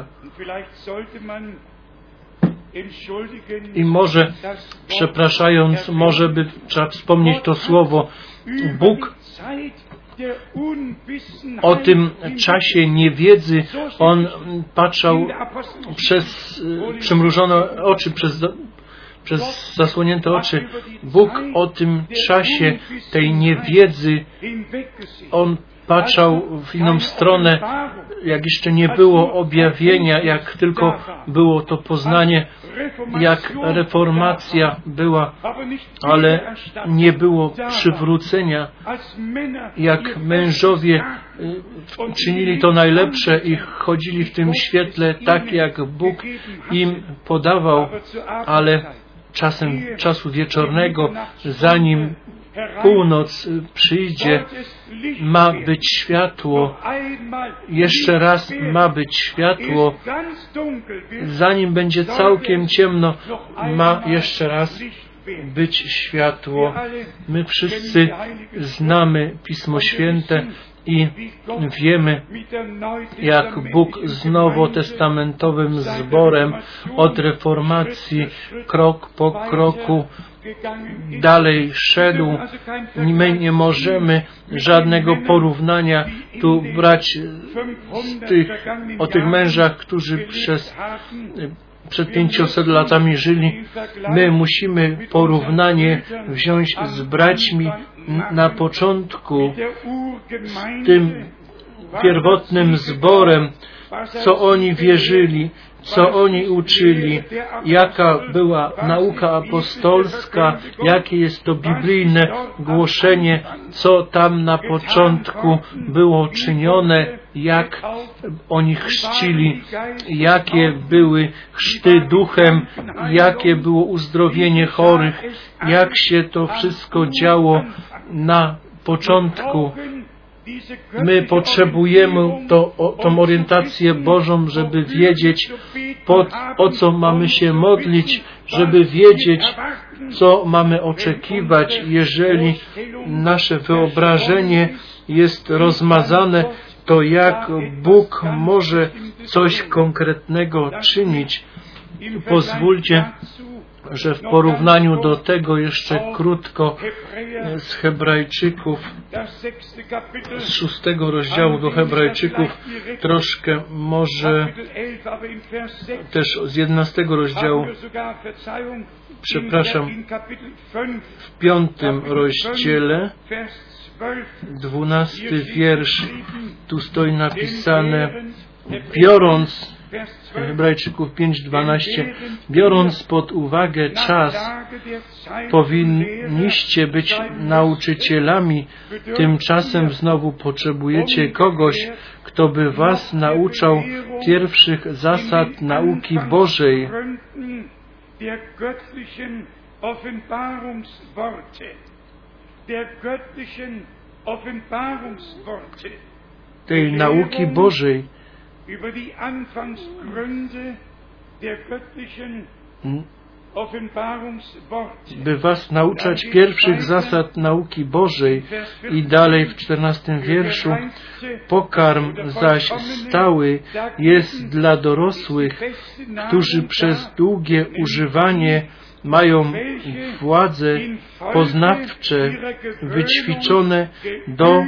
I może, przepraszając, może by trzeba wspomnieć to słowo. Bóg o tym czasie niewiedzy, On patrzał przez przymrużone oczy, przez zasłonięte oczy. Bóg o tym czasie tej niewiedzy, On patrzał w inną stronę, jak jeszcze nie było objawienia, jak tylko było to poznanie, jak reformacja była, ale nie było przywrócenia, jak mężowie czynili to najlepsze i chodzili w tym świetle tak, jak Bóg im podawał, ale czasem czasu wieczornego, zanim północ przyjdzie, ma być światło. Jeszcze raz ma być światło. Zanim będzie całkiem ciemno, ma jeszcze raz być światło. My wszyscy znamy Pismo Święte i wiemy, jak Bóg z nowotestamentowym zborem od reformacji krok po kroku dalej szedł. My nie możemy żadnego porównania tu brać o tych mężach, którzy przed 500 latami żyli. My musimy porównanie wziąć z braćmi na początku, z tym pierwotnym zborem, co oni wierzyli, co oni uczyli, jaka była nauka apostolska, jakie jest to biblijne głoszenie, co tam na początku było czynione, jak oni chrzcili, jakie były chrzty duchem, jakie było uzdrowienie chorych, jak się to wszystko działo na początku. My potrzebujemy tą orientację Bożą, żeby wiedzieć, o co mamy się modlić, żeby wiedzieć, co mamy oczekiwać. Jeżeli nasze wyobrażenie jest rozmazane, to jak Bóg może coś konkretnego czynić? Pozwólcie, że w porównaniu do tego jeszcze krótko z Hebrajczyków, z 6 rozdziału do Hebrajczyków, troszkę może też z 11 rozdziału, w 5 rozdziale, 12 wiersz, tu stoi napisane, biorąc, Hebrajczyków 5:12, biorąc pod uwagę czas, powinniście być nauczycielami, tymczasem znowu potrzebujecie kogoś, kto by was nauczał pierwszych zasad nauki Bożej. Tej nauki Bożej, by was nauczać pierwszych zasad nauki Bożej. I dalej w 14 wierszu, pokarm zaś stały jest dla dorosłych, którzy przez długie używanie mają władze poznawcze wyćwiczone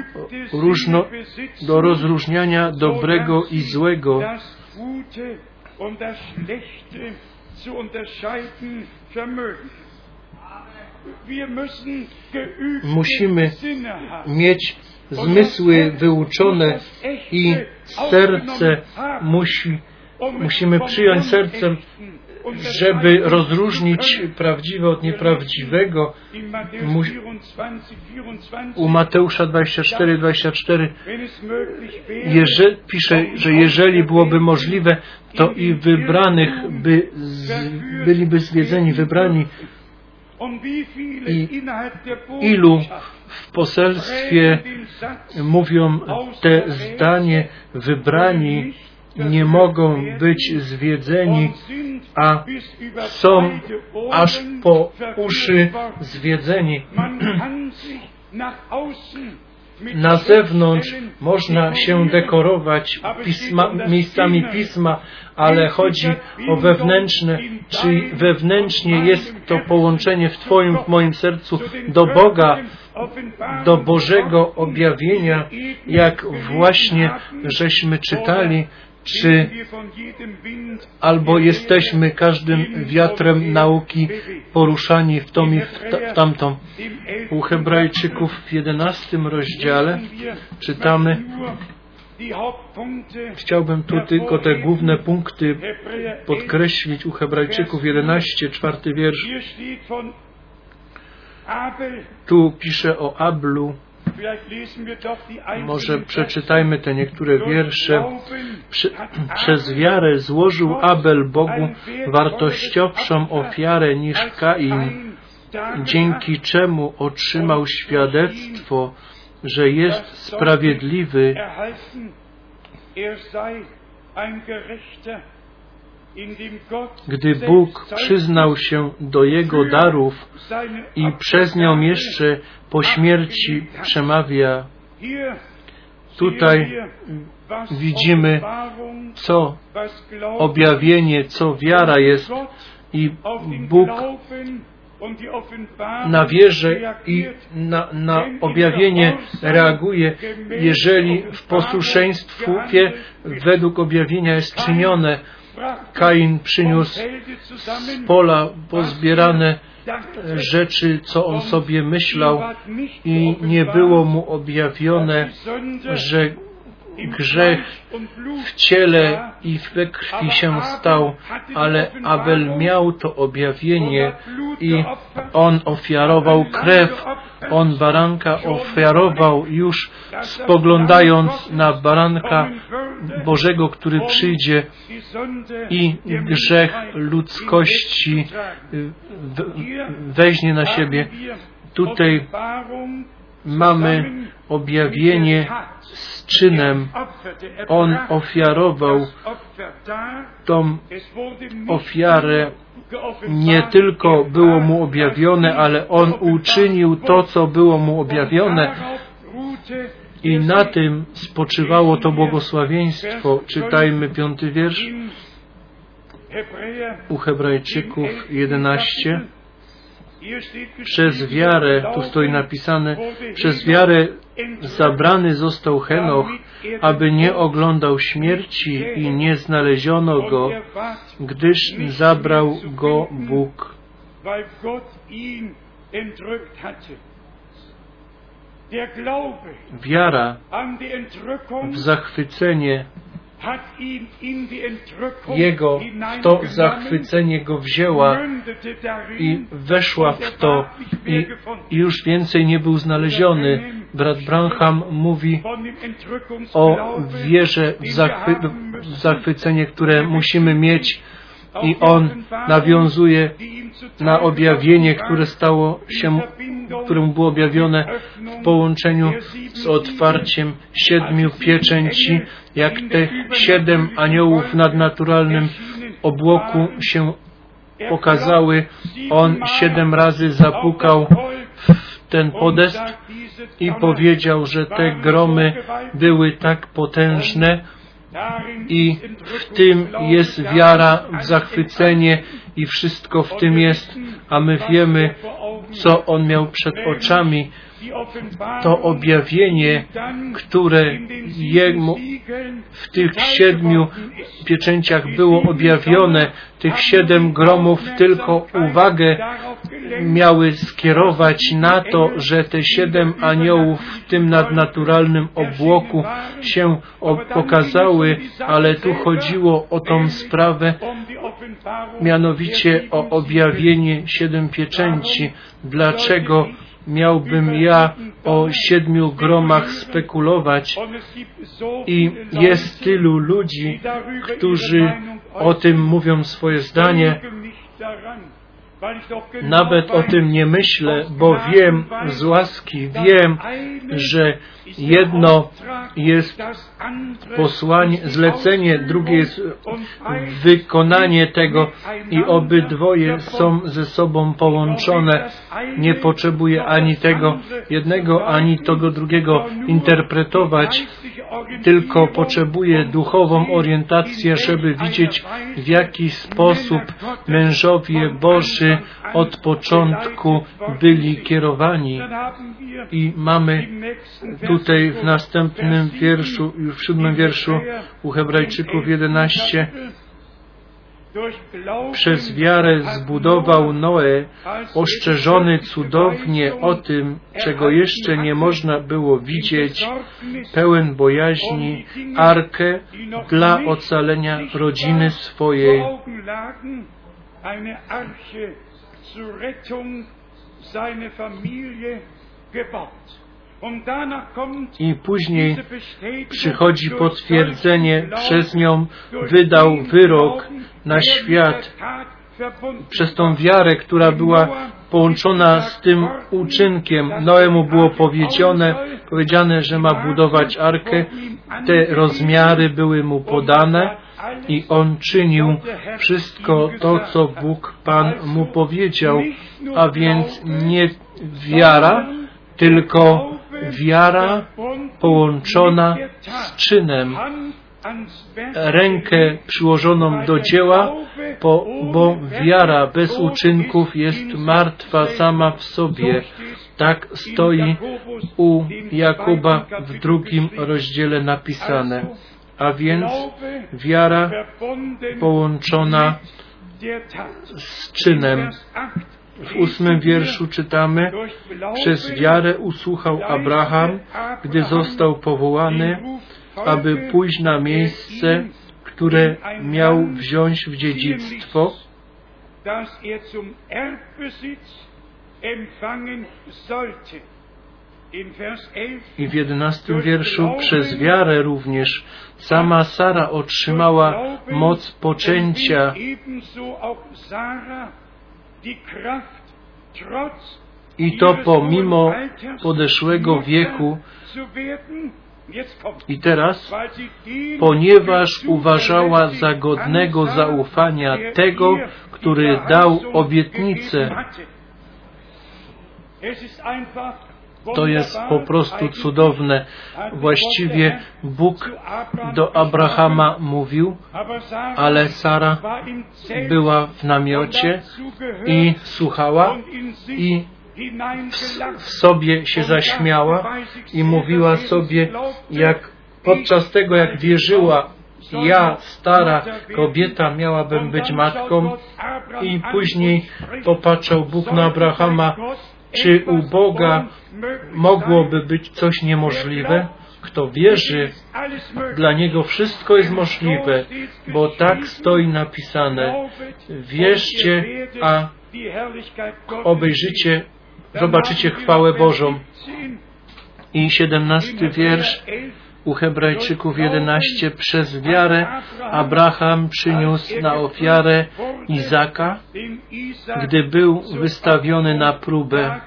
do rozróżniania dobrego i złego. Musimy mieć zmysły wyuczone i serce musimy przyjąć sercem, żeby rozróżnić prawdziwe od nieprawdziwego. U Mateusza 24:24 pisze, że jeżeli byłoby możliwe, to i wybranych byliby zwiedzeni, wybrani. I ilu w poselstwie mówią te zdanie, wybrani nie mogą być zwiedzeni, a są aż po uszy zwiedzeni. Na zewnątrz można się dekorować miejscami Pisma, ale chodzi o wewnętrzne, czy wewnętrznie jest to połączenie w Twoim, w moim sercu do Boga, do Bożego objawienia, jak właśnie żeśmy czytali, czy albo jesteśmy każdym wiatrem nauki poruszani w tą i w tamtą. U Hebrajczyków w 11 rozdziale czytamy, chciałbym tu tylko te główne punkty podkreślić, u Hebrajczyków 11, 4 wiersz. Tu pisze o Ablu. Może przeczytajmy te niektóre wiersze. Przez wiarę złożył Abel Bogu wartościowszą ofiarę niż Kain, dzięki czemu otrzymał świadectwo, że jest sprawiedliwy. Gdy Bóg przyznał się do jego darów i przez nią jeszcze po śmierci przemawia. Tutaj widzimy, co objawienie, co wiara jest, i Bóg na wierze i na objawienie reaguje, jeżeli w posłuszeństwie według objawienia jest czynione. Kain przyniósł z pola pozbierane rzeczy, co on sobie myślał, i nie było mu objawione, że grzech w ciele i we krwi się stał, ale Abel miał to objawienie i on ofiarował krew, on baranka ofiarował, już spoglądając na baranka Bożego, który przyjdzie i grzech ludzkości weźmie na siebie. Tutaj mamy objawienie z czynem. On ofiarował tą ofiarę. Nie tylko było mu objawione, ale on uczynił to, co było mu objawione. I na tym spoczywało to błogosławieństwo. Czytajmy 5 wiersz u Hebrajczyków 11. Przez wiarę, tu stoi napisane, przez wiarę zabrany został Henoch, aby nie oglądał śmierci i nie znaleziono go, gdyż zabrał go Bóg. Wiara w zachwycenie Jego, w to zachwycenie go wzięła i weszła w to i już więcej nie był znaleziony. Brat Branham mówi o wierze w zachwycenie, które musimy mieć, i on nawiązuje na objawienie, które stało się, któremu było objawione w połączeniu z otwarciem 7 pieczęci, jak te 7 aniołów w nadnaturalnym obłoku się pokazały. On 7 razy zapukał w ten podest i powiedział, że te gromy były tak potężne, i w tym jest wiara w zachwycenie i wszystko w tym jest, a my wiemy, co on miał przed oczami. To objawienie, które w tych 7 pieczęciach było objawione. Tych 7 gromów tylko uwagę miały skierować na to, że te 7 aniołów w tym nadnaturalnym obłoku się pokazały, ale tu chodziło o tą sprawę, mianowicie o objawienie 7 pieczęci. Dlaczego miałbym ja o 7 gromach spekulować? I jest tylu ludzi, którzy o tym mówią swoje zdanie. Nawet o tym nie myślę, bo wiem z łaski, wiem, że jedno jest posłanie, zlecenie, drugie jest wykonanie tego i obydwoje są ze sobą połączone. Nie potrzebuję ani tego jednego, ani tego drugiego interpretować, tylko potrzebuję duchową orientację, żeby widzieć, w jaki sposób mężowie Boży od początku byli kierowani. I mamy tutaj w następnym wierszu, już w 7 wierszu u Hebrajczyków 11, przez wiarę zbudował Noe, ostrzeżony cudownie o tym, czego jeszcze nie można było widzieć, pełen bojaźni, arkę dla ocalenia rodziny swojej. I później przychodzi potwierdzenie, przez nią wydał wyrok na świat. Przez tą wiarę, która była połączona z tym uczynkiem. Noemu było powiedziane, że ma budować arkę. Te rozmiary były mu podane i on czynił wszystko to, co Bóg Pan mu powiedział. A więc nie wiara, tylko wiara połączona z czynem. Rękę przyłożoną do dzieła, bo wiara bez uczynków jest martwa sama w sobie. Tak stoi u Jakuba w 2 rozdziale napisane. A więc wiara połączona z czynem. W 8 wierszu czytamy: przez wiarę usłuchał Abraham, gdy został powołany, aby pójść na miejsce, które miał wziąć w dziedzictwo. I w 11 wierszu: przez wiarę również sama Sara otrzymała moc poczęcia. I to pomimo podeszłego wieku. I teraz, ponieważ uważała za godnego zaufania tego, który dał obietnicę. To jest po prostu cudowne. Właściwie Bóg do Abrahama mówił, ale Sara była w namiocie i słuchała i w sobie się zaśmiała i mówiła sobie, jak podczas tego, jak wierzyła, ja, stara kobieta, miałabym być matką. I później popatrzał Bóg na Abrahama, czy u Boga mogłoby być coś niemożliwe? Kto wierzy, dla niego wszystko jest możliwe, bo tak stoi napisane. Wierzcie, a obejrzycie, zobaczycie chwałę Bożą. I 17 wiersz u Hebrajczyków 11. Przez wiarę Abraham przyniósł na ofiarę Izaka, gdy był wystawiony na próbę,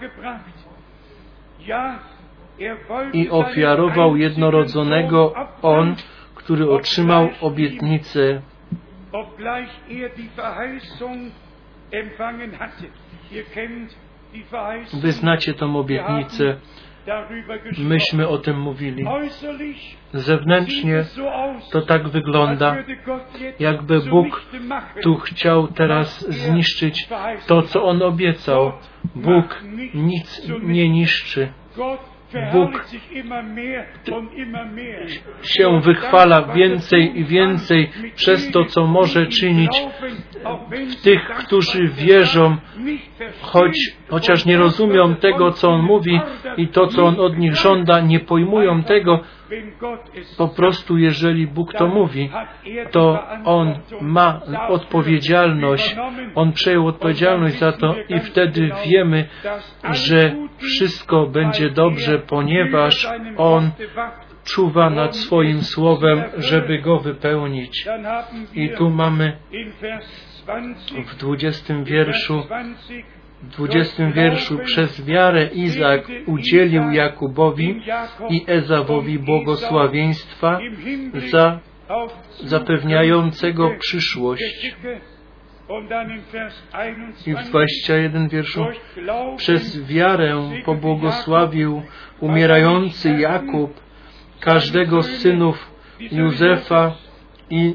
i ofiarował jednorodzonego on, który otrzymał obietnicę. Wy znacie tą obietnicę. Myśmy o tym mówili. Zewnętrznie to tak wygląda, jakby Bóg tu chciał teraz zniszczyć to, co On obiecał. Bóg nic nie niszczy. Bóg się wychwala więcej i więcej przez to, co może czynić w tych, którzy wierzą, chociaż nie rozumią tego, co On mówi i to, co On od nich żąda, nie pojmują tego. Po prostu, jeżeli Bóg to mówi, to On ma odpowiedzialność, On przejął odpowiedzialność za to i wtedy wiemy, że wszystko będzie dobrze, ponieważ On czuwa nad swoim słowem, żeby go wypełnić. I tu mamy w 20 wierszu przez wiarę Izak udzielił Jakubowi i Ezawowi błogosławieństwa zapewniającego przyszłość. I w 21 wierszu przez wiarę pobłogosławił umierający Jakub każdego z synów Józefa i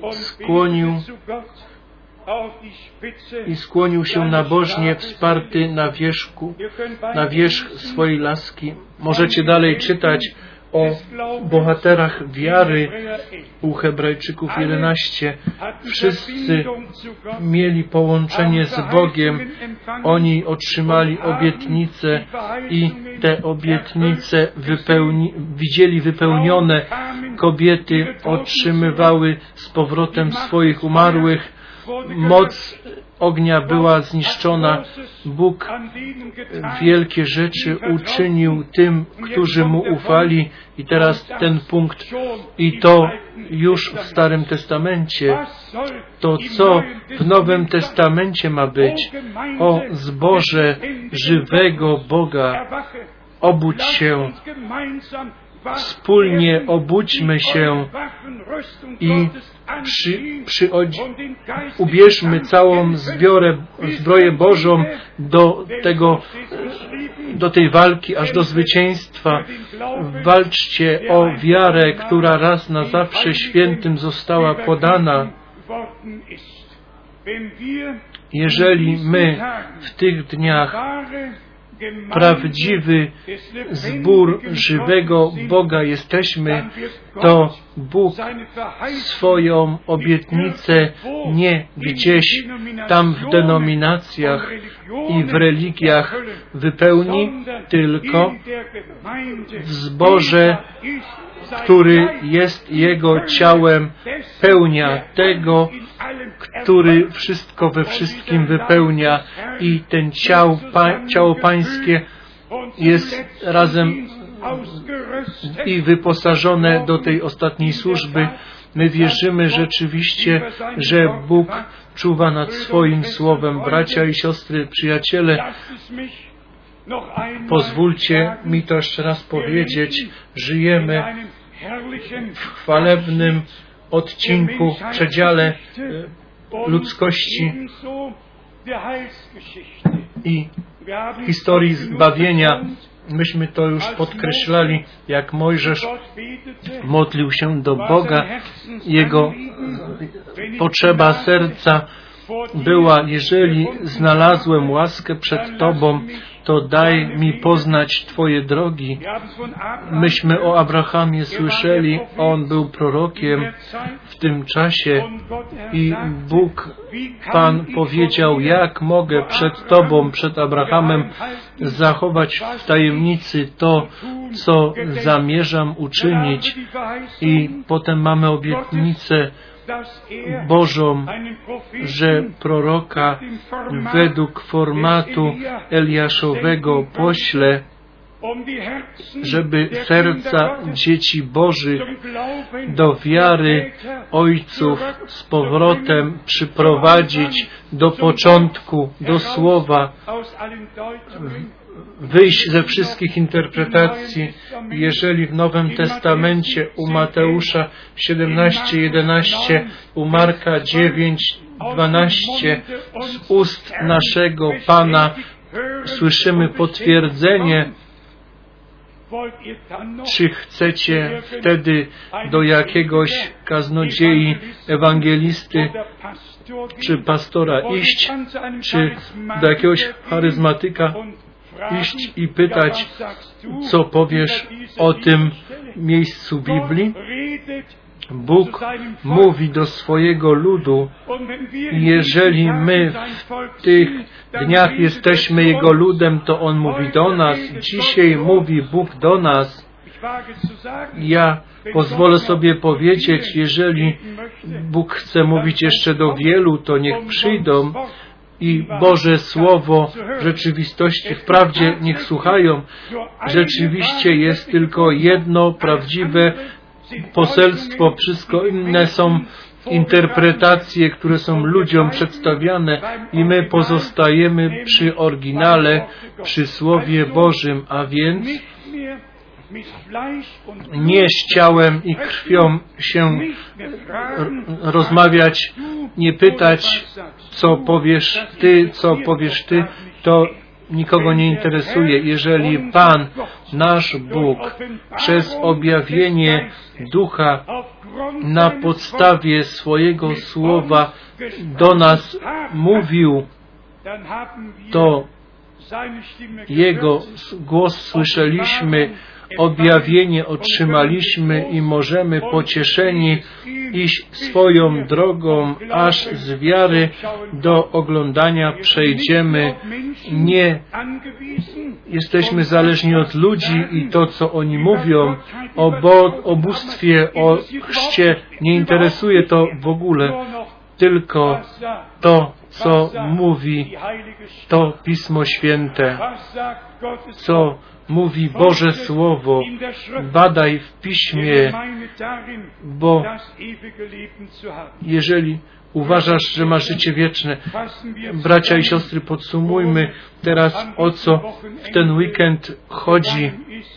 skłonił się nabożnie wsparty na wierzch swojej laski. Możecie dalej czytać o bohaterach wiary u Hebrajczyków 11. Wszyscy mieli połączenie z Bogiem. Oni otrzymali obietnice i te obietnice widzieli wypełnione. Kobiety otrzymywały z powrotem swoich umarłych. Moc ognia była zniszczona. Bóg wielkie rzeczy uczynił tym, którzy Mu ufali. I teraz ten punkt, i to już w Starym Testamencie. To, co w Nowym Testamencie ma być? O zboże żywego Boga, obudź się. Wspólnie obudźmy się i ubierzmy całą zbroję Bożą do tej walki, aż do zwycięstwa. Walczcie o wiarę, która raz na zawsze świętym została podana. Jeżeli my w tych dniach prawdziwy zbór żywego Boga jesteśmy, to Bóg swoją obietnicę nie gdzieś tam w denominacjach i w religiach wypełni, tylko w zborze, który jest Jego ciałem, pełnia tego, który wszystko we wszystkim wypełnia, i ten ciało Pańskie jest razem i wyposażone do tej ostatniej służby. My wierzymy rzeczywiście, że Bóg czuwa nad swoim słowem. Bracia i siostry, przyjaciele, pozwólcie mi to jeszcze raz powiedzieć. Żyjemy w chwalebnym odcinku, przedziale ludzkości i historii zbawienia. Myśmy to już podkreślali, jak Mojżesz modlił się do Boga. Jego potrzeba serca była: jeżeli znalazłem łaskę przed Tobą, to daj mi poznać Twoje drogi. Myśmy o Abrahamie słyszeli, on był prorokiem w tym czasie i Bóg, Pan powiedział: jak mogę przed Tobą, przed Abrahamem zachować w tajemnicy to, co zamierzam uczynić. I potem mamy obietnicę Bożą, że proroka według formatu Eliaszowego pośle, żeby serca dzieci Bożych do wiary ojców z powrotem przyprowadzić do początku, do słowa, wyjść ze wszystkich interpretacji. Jeżeli w Nowym Testamencie u Mateusza 17:11, u Marka 9:12 z ust naszego Pana słyszymy potwierdzenie, czy chcecie wtedy do jakiegoś kaznodziei, ewangelisty czy pastora iść, czy do jakiegoś charyzmatyka iść i pytać, co powiesz o tym miejscu Biblii. Bóg mówi do swojego ludu. Jeżeli my w tych dniach jesteśmy Jego ludem, to On mówi do nas. Dzisiaj mówi Bóg do nas. Ja pozwolę sobie powiedzieć, jeżeli Bóg chce mówić jeszcze do wielu, to niech przyjdą i Boże Słowo w rzeczywistości, wprawdzie niech słuchają. Rzeczywiście jest tylko jedno prawdziwe poselstwo, wszystko inne są interpretacje, które są ludziom przedstawiane i my pozostajemy przy oryginale, przy Słowie Bożym, a więc nie z ciałem i krwią się rozmawiać, nie pytać, co powiesz Ty, to nikogo nie interesuje. Jeżeli Pan, nasz Bóg, przez objawienie Ducha na podstawie swojego Słowa do nas mówił, to Jego głos słyszeliśmy, objawienie otrzymaliśmy i możemy pocieszeni iść swoją drogą, aż z wiary do oglądania przejdziemy. Nie jesteśmy zależni od ludzi i to, co oni mówią o bóstwie, o chrzcie, nie interesuje to w ogóle, tylko to, co mówi to Pismo Święte, co mówi Boże Słowo. Badaj w Piśmie, bo jeżeli uważasz, że masz życie wieczne, bracia i siostry, podsumujmy teraz, o co w ten weekend chodzi.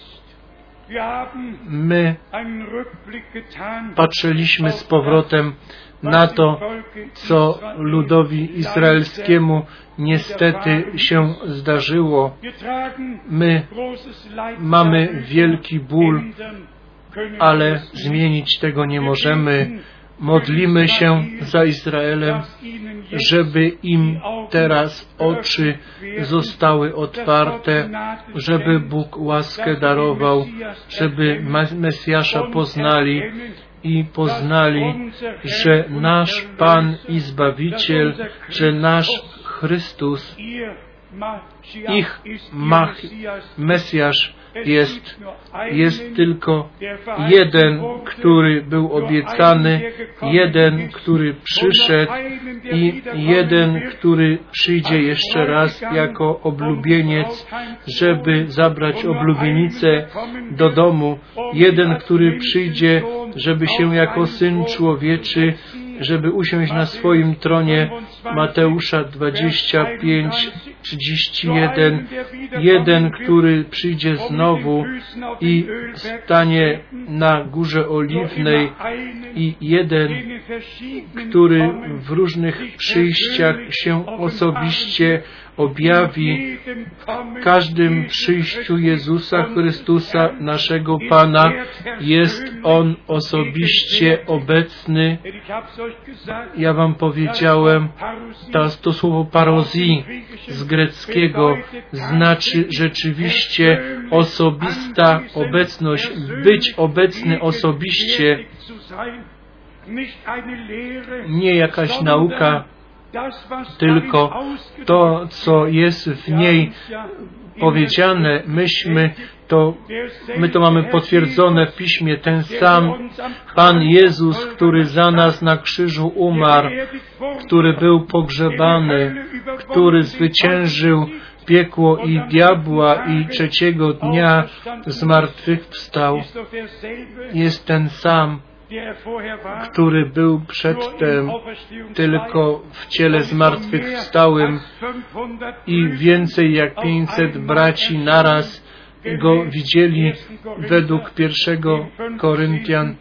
My patrzyliśmy z powrotem na to, co ludowi izraelskiemu niestety się zdarzyło. My mamy wielki ból, ale zmienić tego nie możemy. Modlimy się za Izraelem, żeby im teraz oczy zostały otwarte, żeby Bóg łaskę darował, żeby Mesjasza poznali i poznali, że nasz Pan i Zbawiciel, że nasz Chrystus, ich Mesjasz jest tylko jeden, który był obiecany, jeden, który przyszedł i jeden, który przyjdzie jeszcze raz jako oblubieniec, żeby zabrać oblubienicę do domu. Jeden, który przyjdzie, żeby się jako Syn Człowieczy, żeby usiąść na swoim tronie. Mateusza 25:31. Jeden, który przyjdzie znowu i stanie na Górze Oliwnej i jeden, który w różnych przyjściach się osobiście objawi. W każdym przyjściu Jezusa Chrystusa, naszego Pana, jest On osobiście obecny. Ja Wam powiedziałem, to słowo parozji z greckiego znaczy rzeczywiście osobista obecność, być obecny osobiście, nie jakaś nauka, tylko to, co jest w niej powiedziane, my to mamy potwierdzone w Piśmie, ten sam Pan Jezus, który za nas na krzyżu umarł, który był pogrzebany, który zwyciężył piekło i diabła i trzeciego dnia zmartwychwstał, jest ten sam, który był przedtem tylko w ciele zmartwychwstałym i więcej jak 500 braci naraz Go widzieli według 1 Koryntian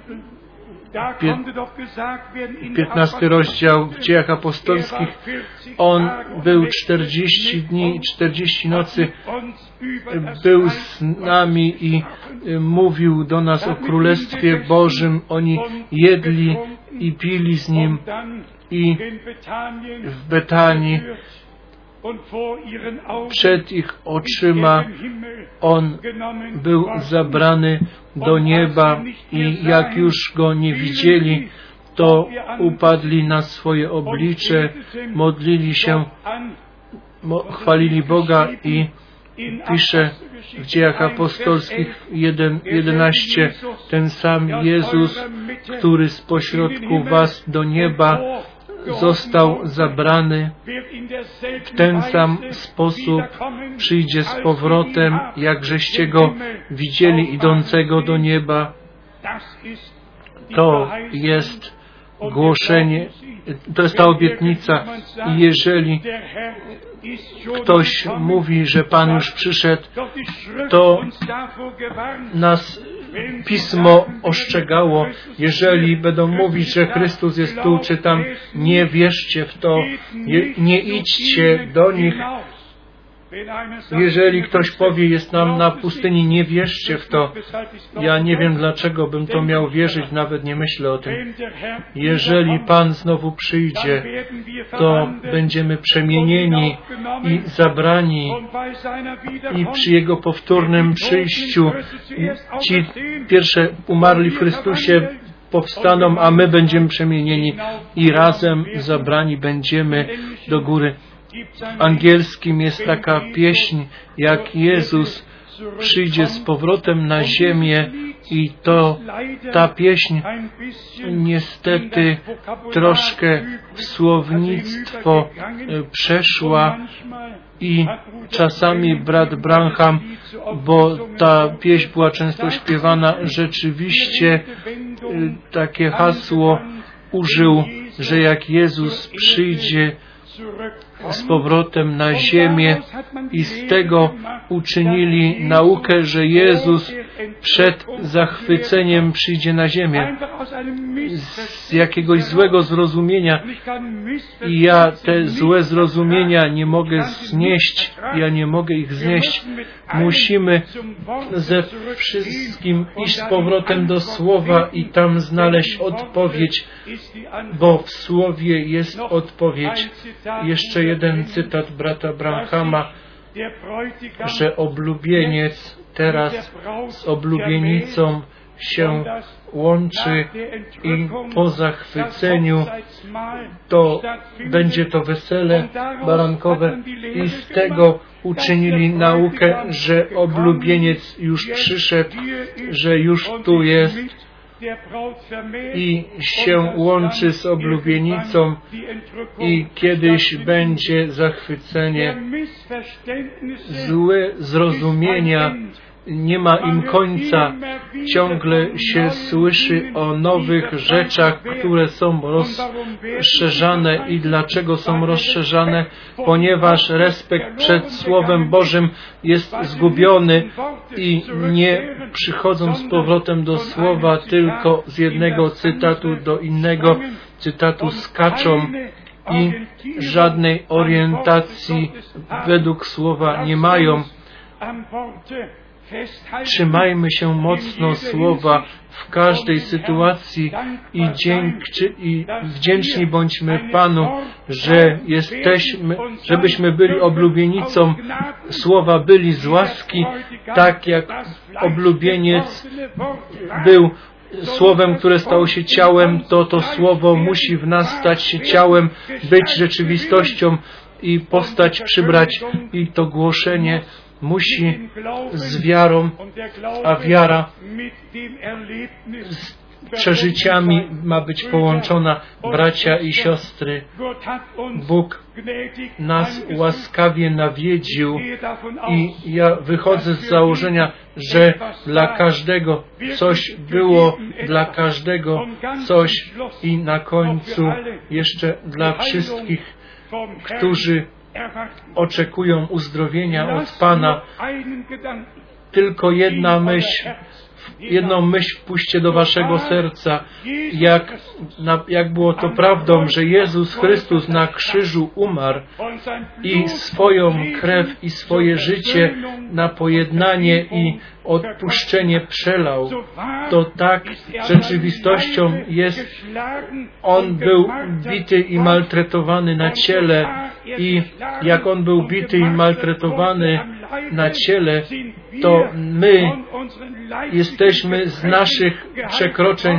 15 rozdział w Dziejach Apostolskich. On był 40 dni i 40 nocy, był z nami i mówił do nas o Królestwie Bożym. Oni jedli i pili z Nim i w Betanii Przed ich oczyma On był zabrany do nieba i jak już Go nie widzieli, to upadli na swoje oblicze, modlili się, chwalili Boga i pisze w Dziejach Apostolskich 1:11, ten sam Jezus, który z pośrodku was do nieba został zabrany, w ten sam sposób przyjdzie z powrotem, jak żeście Go widzieli idącego do nieba. To jest głoszenie, to jest ta obietnica. I jeżeli ktoś mówi, że Pan już przyszedł, to nas Pismo ostrzegało, jeżeli będą mówić, że Chrystus jest tu czy tam, nie wierzcie w to, nie idźcie do nich. Jeżeli ktoś powie, jest nam na pustyni, nie wierzcie w to. Ja nie wiem, dlaczego bym to miał wierzyć, nawet nie myślę o tym. Jeżeli Pan znowu przyjdzie, to będziemy przemienieni i zabrani i przy Jego powtórnym przyjściu ci pierwsze umarli w Chrystusie powstaną, a my będziemy przemienieni i razem zabrani będziemy do góry. W angielskim jest taka pieśń, jak Jezus przyjdzie z powrotem na ziemię i ta pieśń niestety troszkę w słownictwo przeszła i czasami brat Branham, bo ta pieśń była często śpiewana, rzeczywiście takie hasło użył, że jak Jezus przyjdzie z powrotem na ziemię i z tego uczynili naukę, że Jezus przed zachwyceniem przyjdzie na ziemię. Z jakiegoś złego zrozumienia i ja te złe zrozumienia nie mogę znieść, Musimy ze wszystkim iść z powrotem do Słowa i tam znaleźć odpowiedź, bo w Słowie jest odpowiedź. Jeszcze jeden cytat brata Branhama, że oblubieniec teraz z oblubienicą się łączy i po zachwyceniu to będzie to wesele barankowe i z tego uczynili naukę, że oblubieniec już przyszedł, że już tu jest i się łączy z oblubienicą i kiedyś będzie zachwycenie. Złe zrozumienia nie ma im końca. Ciągle się słyszy o nowych rzeczach, które są rozszerzane. I dlaczego są rozszerzane? Ponieważ respekt przed Słowem Bożym jest zgubiony i nie przychodzą z powrotem do Słowa, tylko z jednego cytatu do innego cytatu skaczą i żadnej orientacji według Słowa nie mają. Trzymajmy się mocno Słowa w każdej sytuacji i wdzięczni bądźmy Panu, że żebyśmy byli oblubienicą Słowa, byli z łaski, tak jak oblubieniec był Słowem, które stało się ciałem, to Słowo musi w nas stać się ciałem, być rzeczywistością i postać przybrać i to głoszenie musi z wiarą, a wiara z przeżyciami ma być połączona, bracia i siostry. Bóg nas łaskawie nawiedził i ja wychodzę z założenia, że dla każdego coś było, dla każdego coś i na końcu jeszcze dla wszystkich, którzy oczekują uzdrowienia od Pana. Tylko jedna myśl jedną myśl wpuśćcie do waszego serca, jak było to prawdą, że Jezus Chrystus na krzyżu umarł i swoją krew i swoje życie na pojednanie i odpuszczenie przelał. To tak rzeczywistością jest. On był bity i maltretowany na ciele i jak On był bity i maltretowany na ciele, to my jesteśmy z naszych przekroczeń,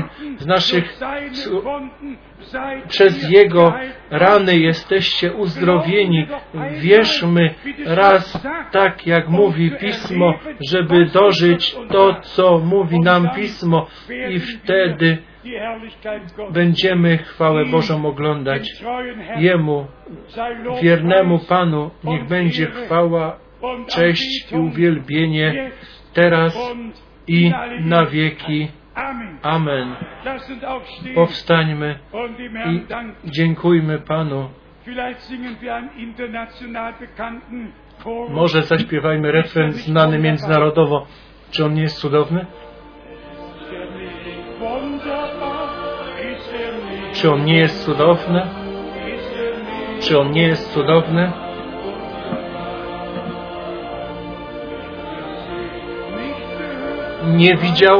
przez Jego rany jesteście uzdrowieni. Wierzmy raz, tak jak mówi Pismo, żeby dożyć to, co mówi nam Pismo, i wtedy będziemy chwałę Bożą oglądać. Jemu, wiernemu Panu, niech będzie chwała, cześć i uwielbienie teraz i na wieki. Amen. Powstańmy i dziękujmy Panu. Może zaśpiewajmy refren znany międzynarodowo. Czy on nie jest cudowny? Czy on nie jest cudowny? Czy on nie jest cudowny? Nie widział?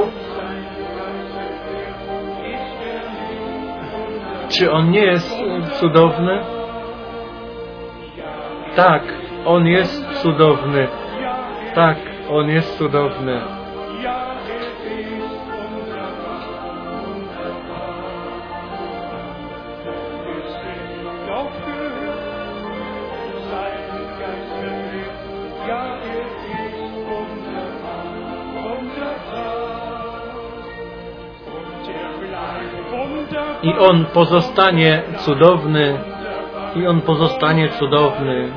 Czy on nie jest cudowny? Tak, on jest cudowny. Tak, on jest cudowny. I On pozostanie cudowny. I On pozostanie cudowny.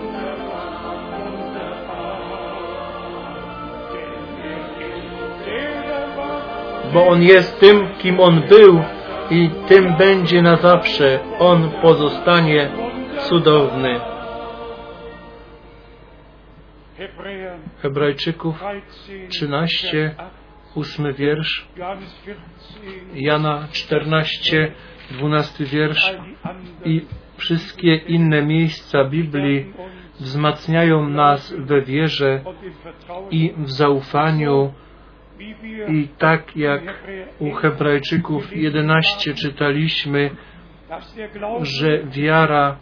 Bo On jest tym, kim On był i tym będzie na zawsze. On pozostanie cudowny. Hebrajczyków 13, 8 wiersz, Jana 14, 12 wiersz i wszystkie inne miejsca Biblii wzmacniają nas we wierze i w zaufaniu. I tak jak u Hebrajczyków 11 czytaliśmy, że wiara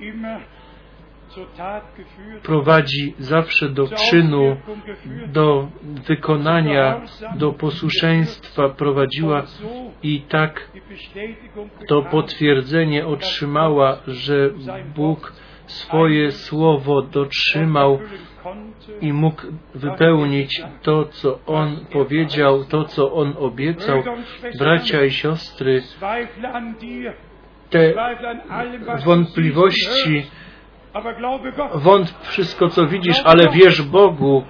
prowadzi zawsze do czynu, do wykonania, do posłuszeństwa prowadziła i tak to potwierdzenie otrzymała, że Bóg swoje słowo dotrzymał i mógł wypełnić to, co On powiedział, to, co On obiecał. Bracia i siostry, te wątpliwości, wątp wszystko, co widzisz, ale wierz Bogu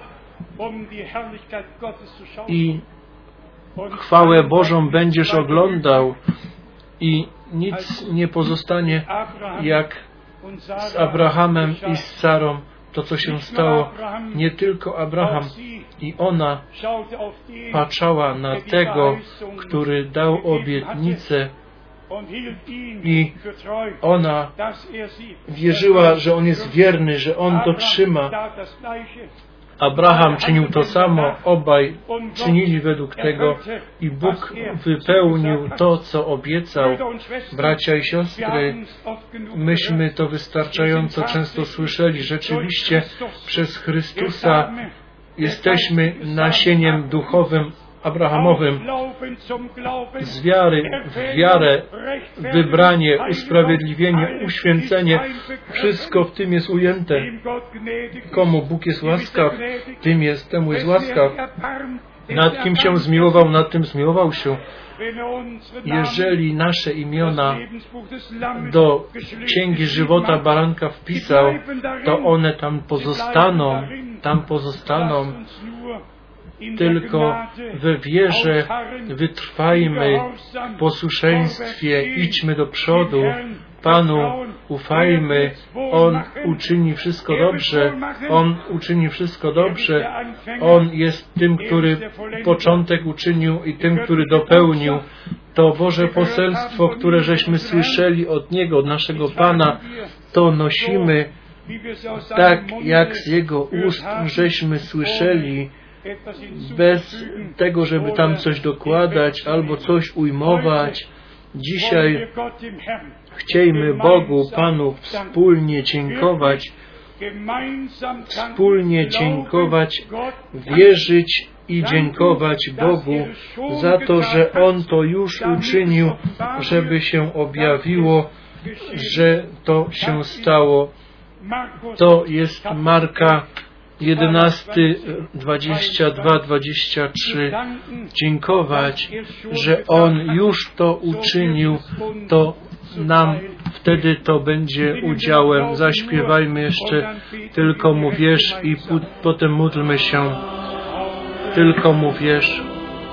i chwałę Bożą będziesz oglądał i nic nie pozostanie jak z Abrahamem i z Sarą. To, co się stało, nie tylko Abraham i ona patrzała na tego, który dał obietnicę i ona wierzyła, że On jest wierny, że On dotrzyma. Abraham czynił to samo, obaj czynili według tego i Bóg wypełnił to, co obiecał. Bracia i siostry, myśmy to wystarczająco często słyszeli. Rzeczywiście przez Chrystusa jesteśmy nasieniem duchowym Abrahamowym. Z wiary w wiarę, wybranie, usprawiedliwienie, uświęcenie, wszystko w tym jest ujęte. Komu Bóg jest łaskaw, temu jest łaskaw. Nad kim się zmiłował, nad tym zmiłował się. Jeżeli nasze imiona do Księgi Żywota Baranka wpisał, to one tam pozostaną. tylko we wierze wytrwajmy, w posłuszeństwie idźmy do przodu, Panu ufajmy, On uczyni wszystko dobrze, On uczyni wszystko dobrze, On jest tym, który początek uczynił i tym, który dopełnił. To Boże poselstwo, które żeśmy słyszeli od Niego, od naszego Pana, to nosimy tak, jak z Jego ust żeśmy słyszeli, bez tego, żeby tam coś dokładać albo coś ujmować. Dzisiaj chciejmy Bogu, Panu wspólnie dziękować, wierzyć i dziękować Bogu za to, że On to już uczynił, żeby się objawiło, że to się stało. To jest Marka 11, 22, 23. Dziękować, że On już to uczynił, to nam wtedy to będzie udziałem. Zaśpiewajmy jeszcze Tylko Mu wierz i potem módlmy się. Tylko Mu wierz.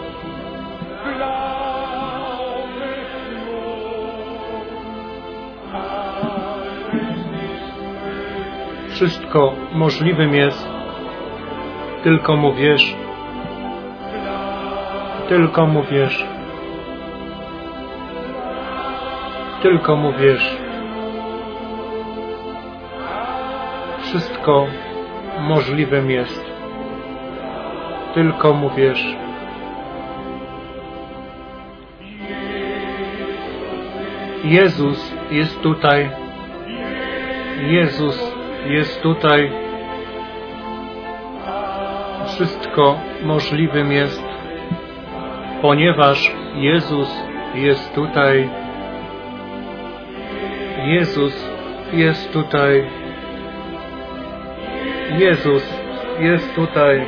Wszystko możliwym jest. Tylko Mu wierz. Tylko Mu wierz. Tylko Mu wierz. Wszystko możliwym jest. Tylko Mu wierz. Jezus jest tutaj. Jezus jest tutaj. Wszystko możliwym jest, ponieważ Jezus jest tutaj. Jezus jest tutaj. Jezus jest tutaj.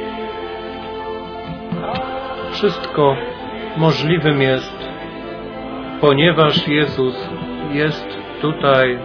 Wszystko możliwym jest, ponieważ Jezus jest tutaj.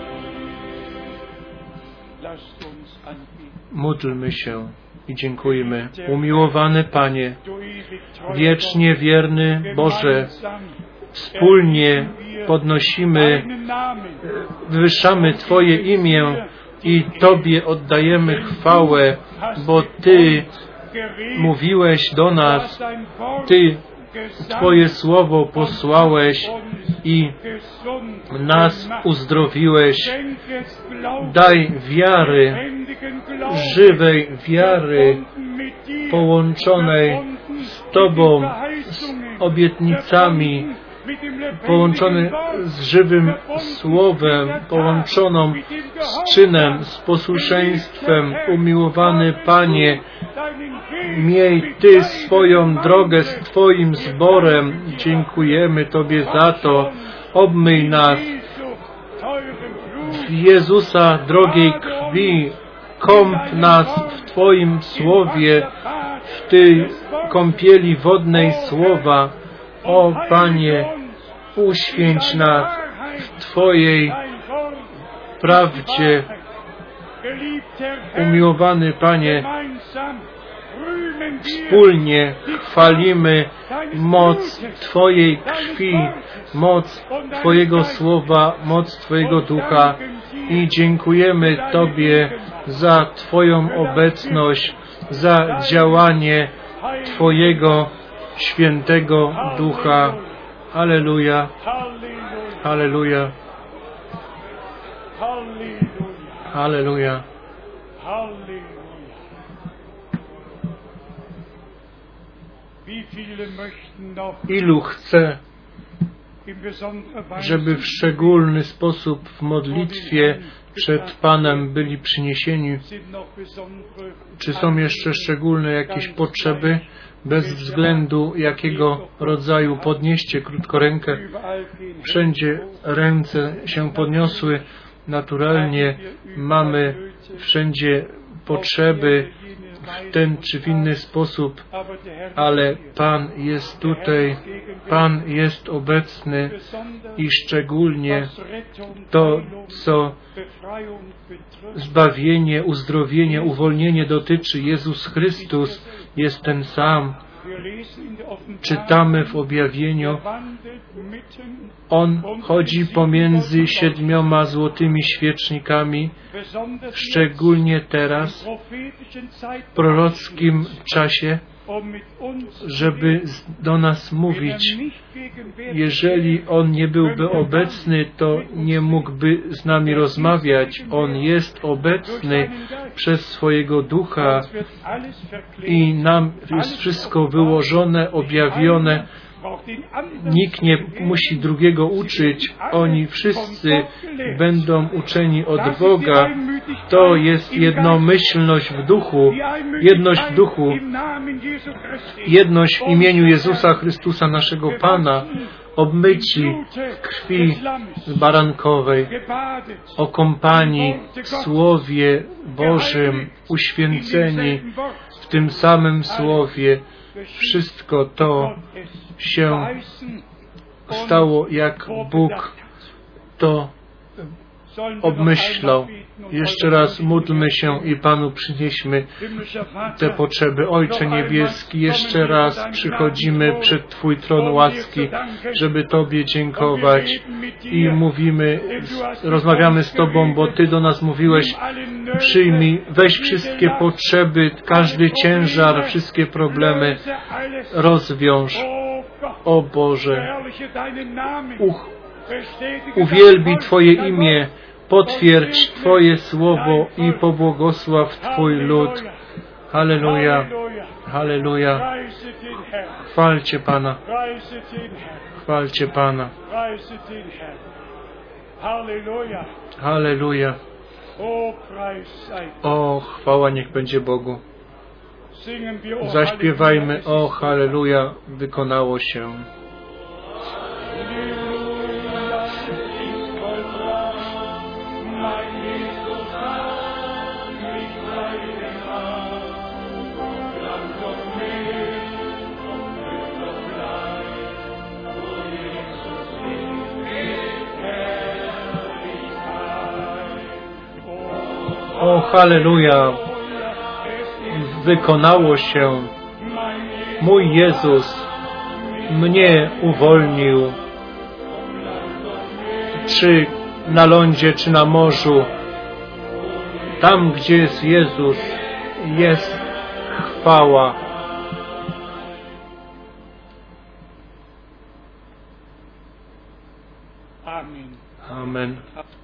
Módlmy się i dziękujmy. Umiłowany Panie, wiecznie wierny Boże, wspólnie podnosimy, wywyższamy Twoje imię i Tobie oddajemy chwałę, bo Ty mówiłeś do nas, Ty Twoje słowo posłałeś i nas uzdrowiłeś. Daj wiary, żywej wiary, połączonej z Tobą, z obietnicami, połączony z żywym Słowem, połączoną z czynem, z posłuszeństwem. Umiłowany Panie, miej Ty swoją drogę z Twoim zborem. Dziękujemy Tobie za to. Obmyj nas w Jezusa drogiej krwi. Kąp nas w Twoim Słowie, w tej kąpieli wodnej Słowa. O Panie, uświęć nas w Twojej prawdzie. Umiłowany Panie, wspólnie chwalimy moc Twojej krwi, moc Twojego Słowa, moc Twojego Ducha i dziękujemy Tobie za Twoją obecność, za działanie Twojego świętego Ducha. Alleluja. Alleluja. Alleluja. Ilu chce, żeby w szczególny sposób w modlitwie przed Panem byli przyniesieni? Czy są jeszcze szczególne jakieś potrzeby? Bez względu jakiego rodzaju podnieście krótko rękę. Wszędzie ręce się podniosły. Naturalnie mamy wszędzie potrzeby w ten czy w inny sposób, ale Pan jest tutaj, Pan jest obecny i szczególnie to, co zbawienie, uzdrowienie, uwolnienie dotyczy, Jezus Chrystus jest ten sam. Czytamy w objawieniu, On chodzi pomiędzy 7 złotymi świecznikami, szczególnie teraz, w prorockim czasie, żeby do nas mówić. Jeżeli On nie byłby obecny, to nie mógłby z nami rozmawiać. On jest obecny przez swojego Ducha i nam jest wszystko wyłożone, objawione. Nikt nie musi drugiego uczyć. Oni wszyscy będą uczeni od Boga. To jest jednomyślność w duchu, jedność w duchu, jedność w imieniu Jezusa Chrystusa, naszego Pana, obmyci w krwi barankowej, okąpani w Słowie Bożym, uświęceni w tym samym Słowie. Wszystko to się stało, jak Bóg to obmyślał. Jeszcze raz módlmy się i Panu przynieśmy te potrzeby. Ojcze Niebieski, jeszcze raz przychodzimy przed Twój tron łaski, żeby Tobie dziękować i mówimy, rozmawiamy z Tobą, bo Ty do nas mówiłeś, przyjmij, weź wszystkie potrzeby, każdy ciężar, wszystkie problemy, rozwiąż. O Boże, uwielbi Twoje imię, potwierdź Twoje słowo i pobłogosław Twój lud. Halleluja, halleluja. Chwalcie Pana, chwalcie Pana. Halleluja. O, chwała niech będzie Bogu. Zaśpiewajmy, o, halleluja, wykonało się. O, halleluja, wykonało się. Mój Jezus mnie uwolnił. Czy na lądzie, czy na morzu, tam, gdzie jest Jezus, jest chwała. Amen.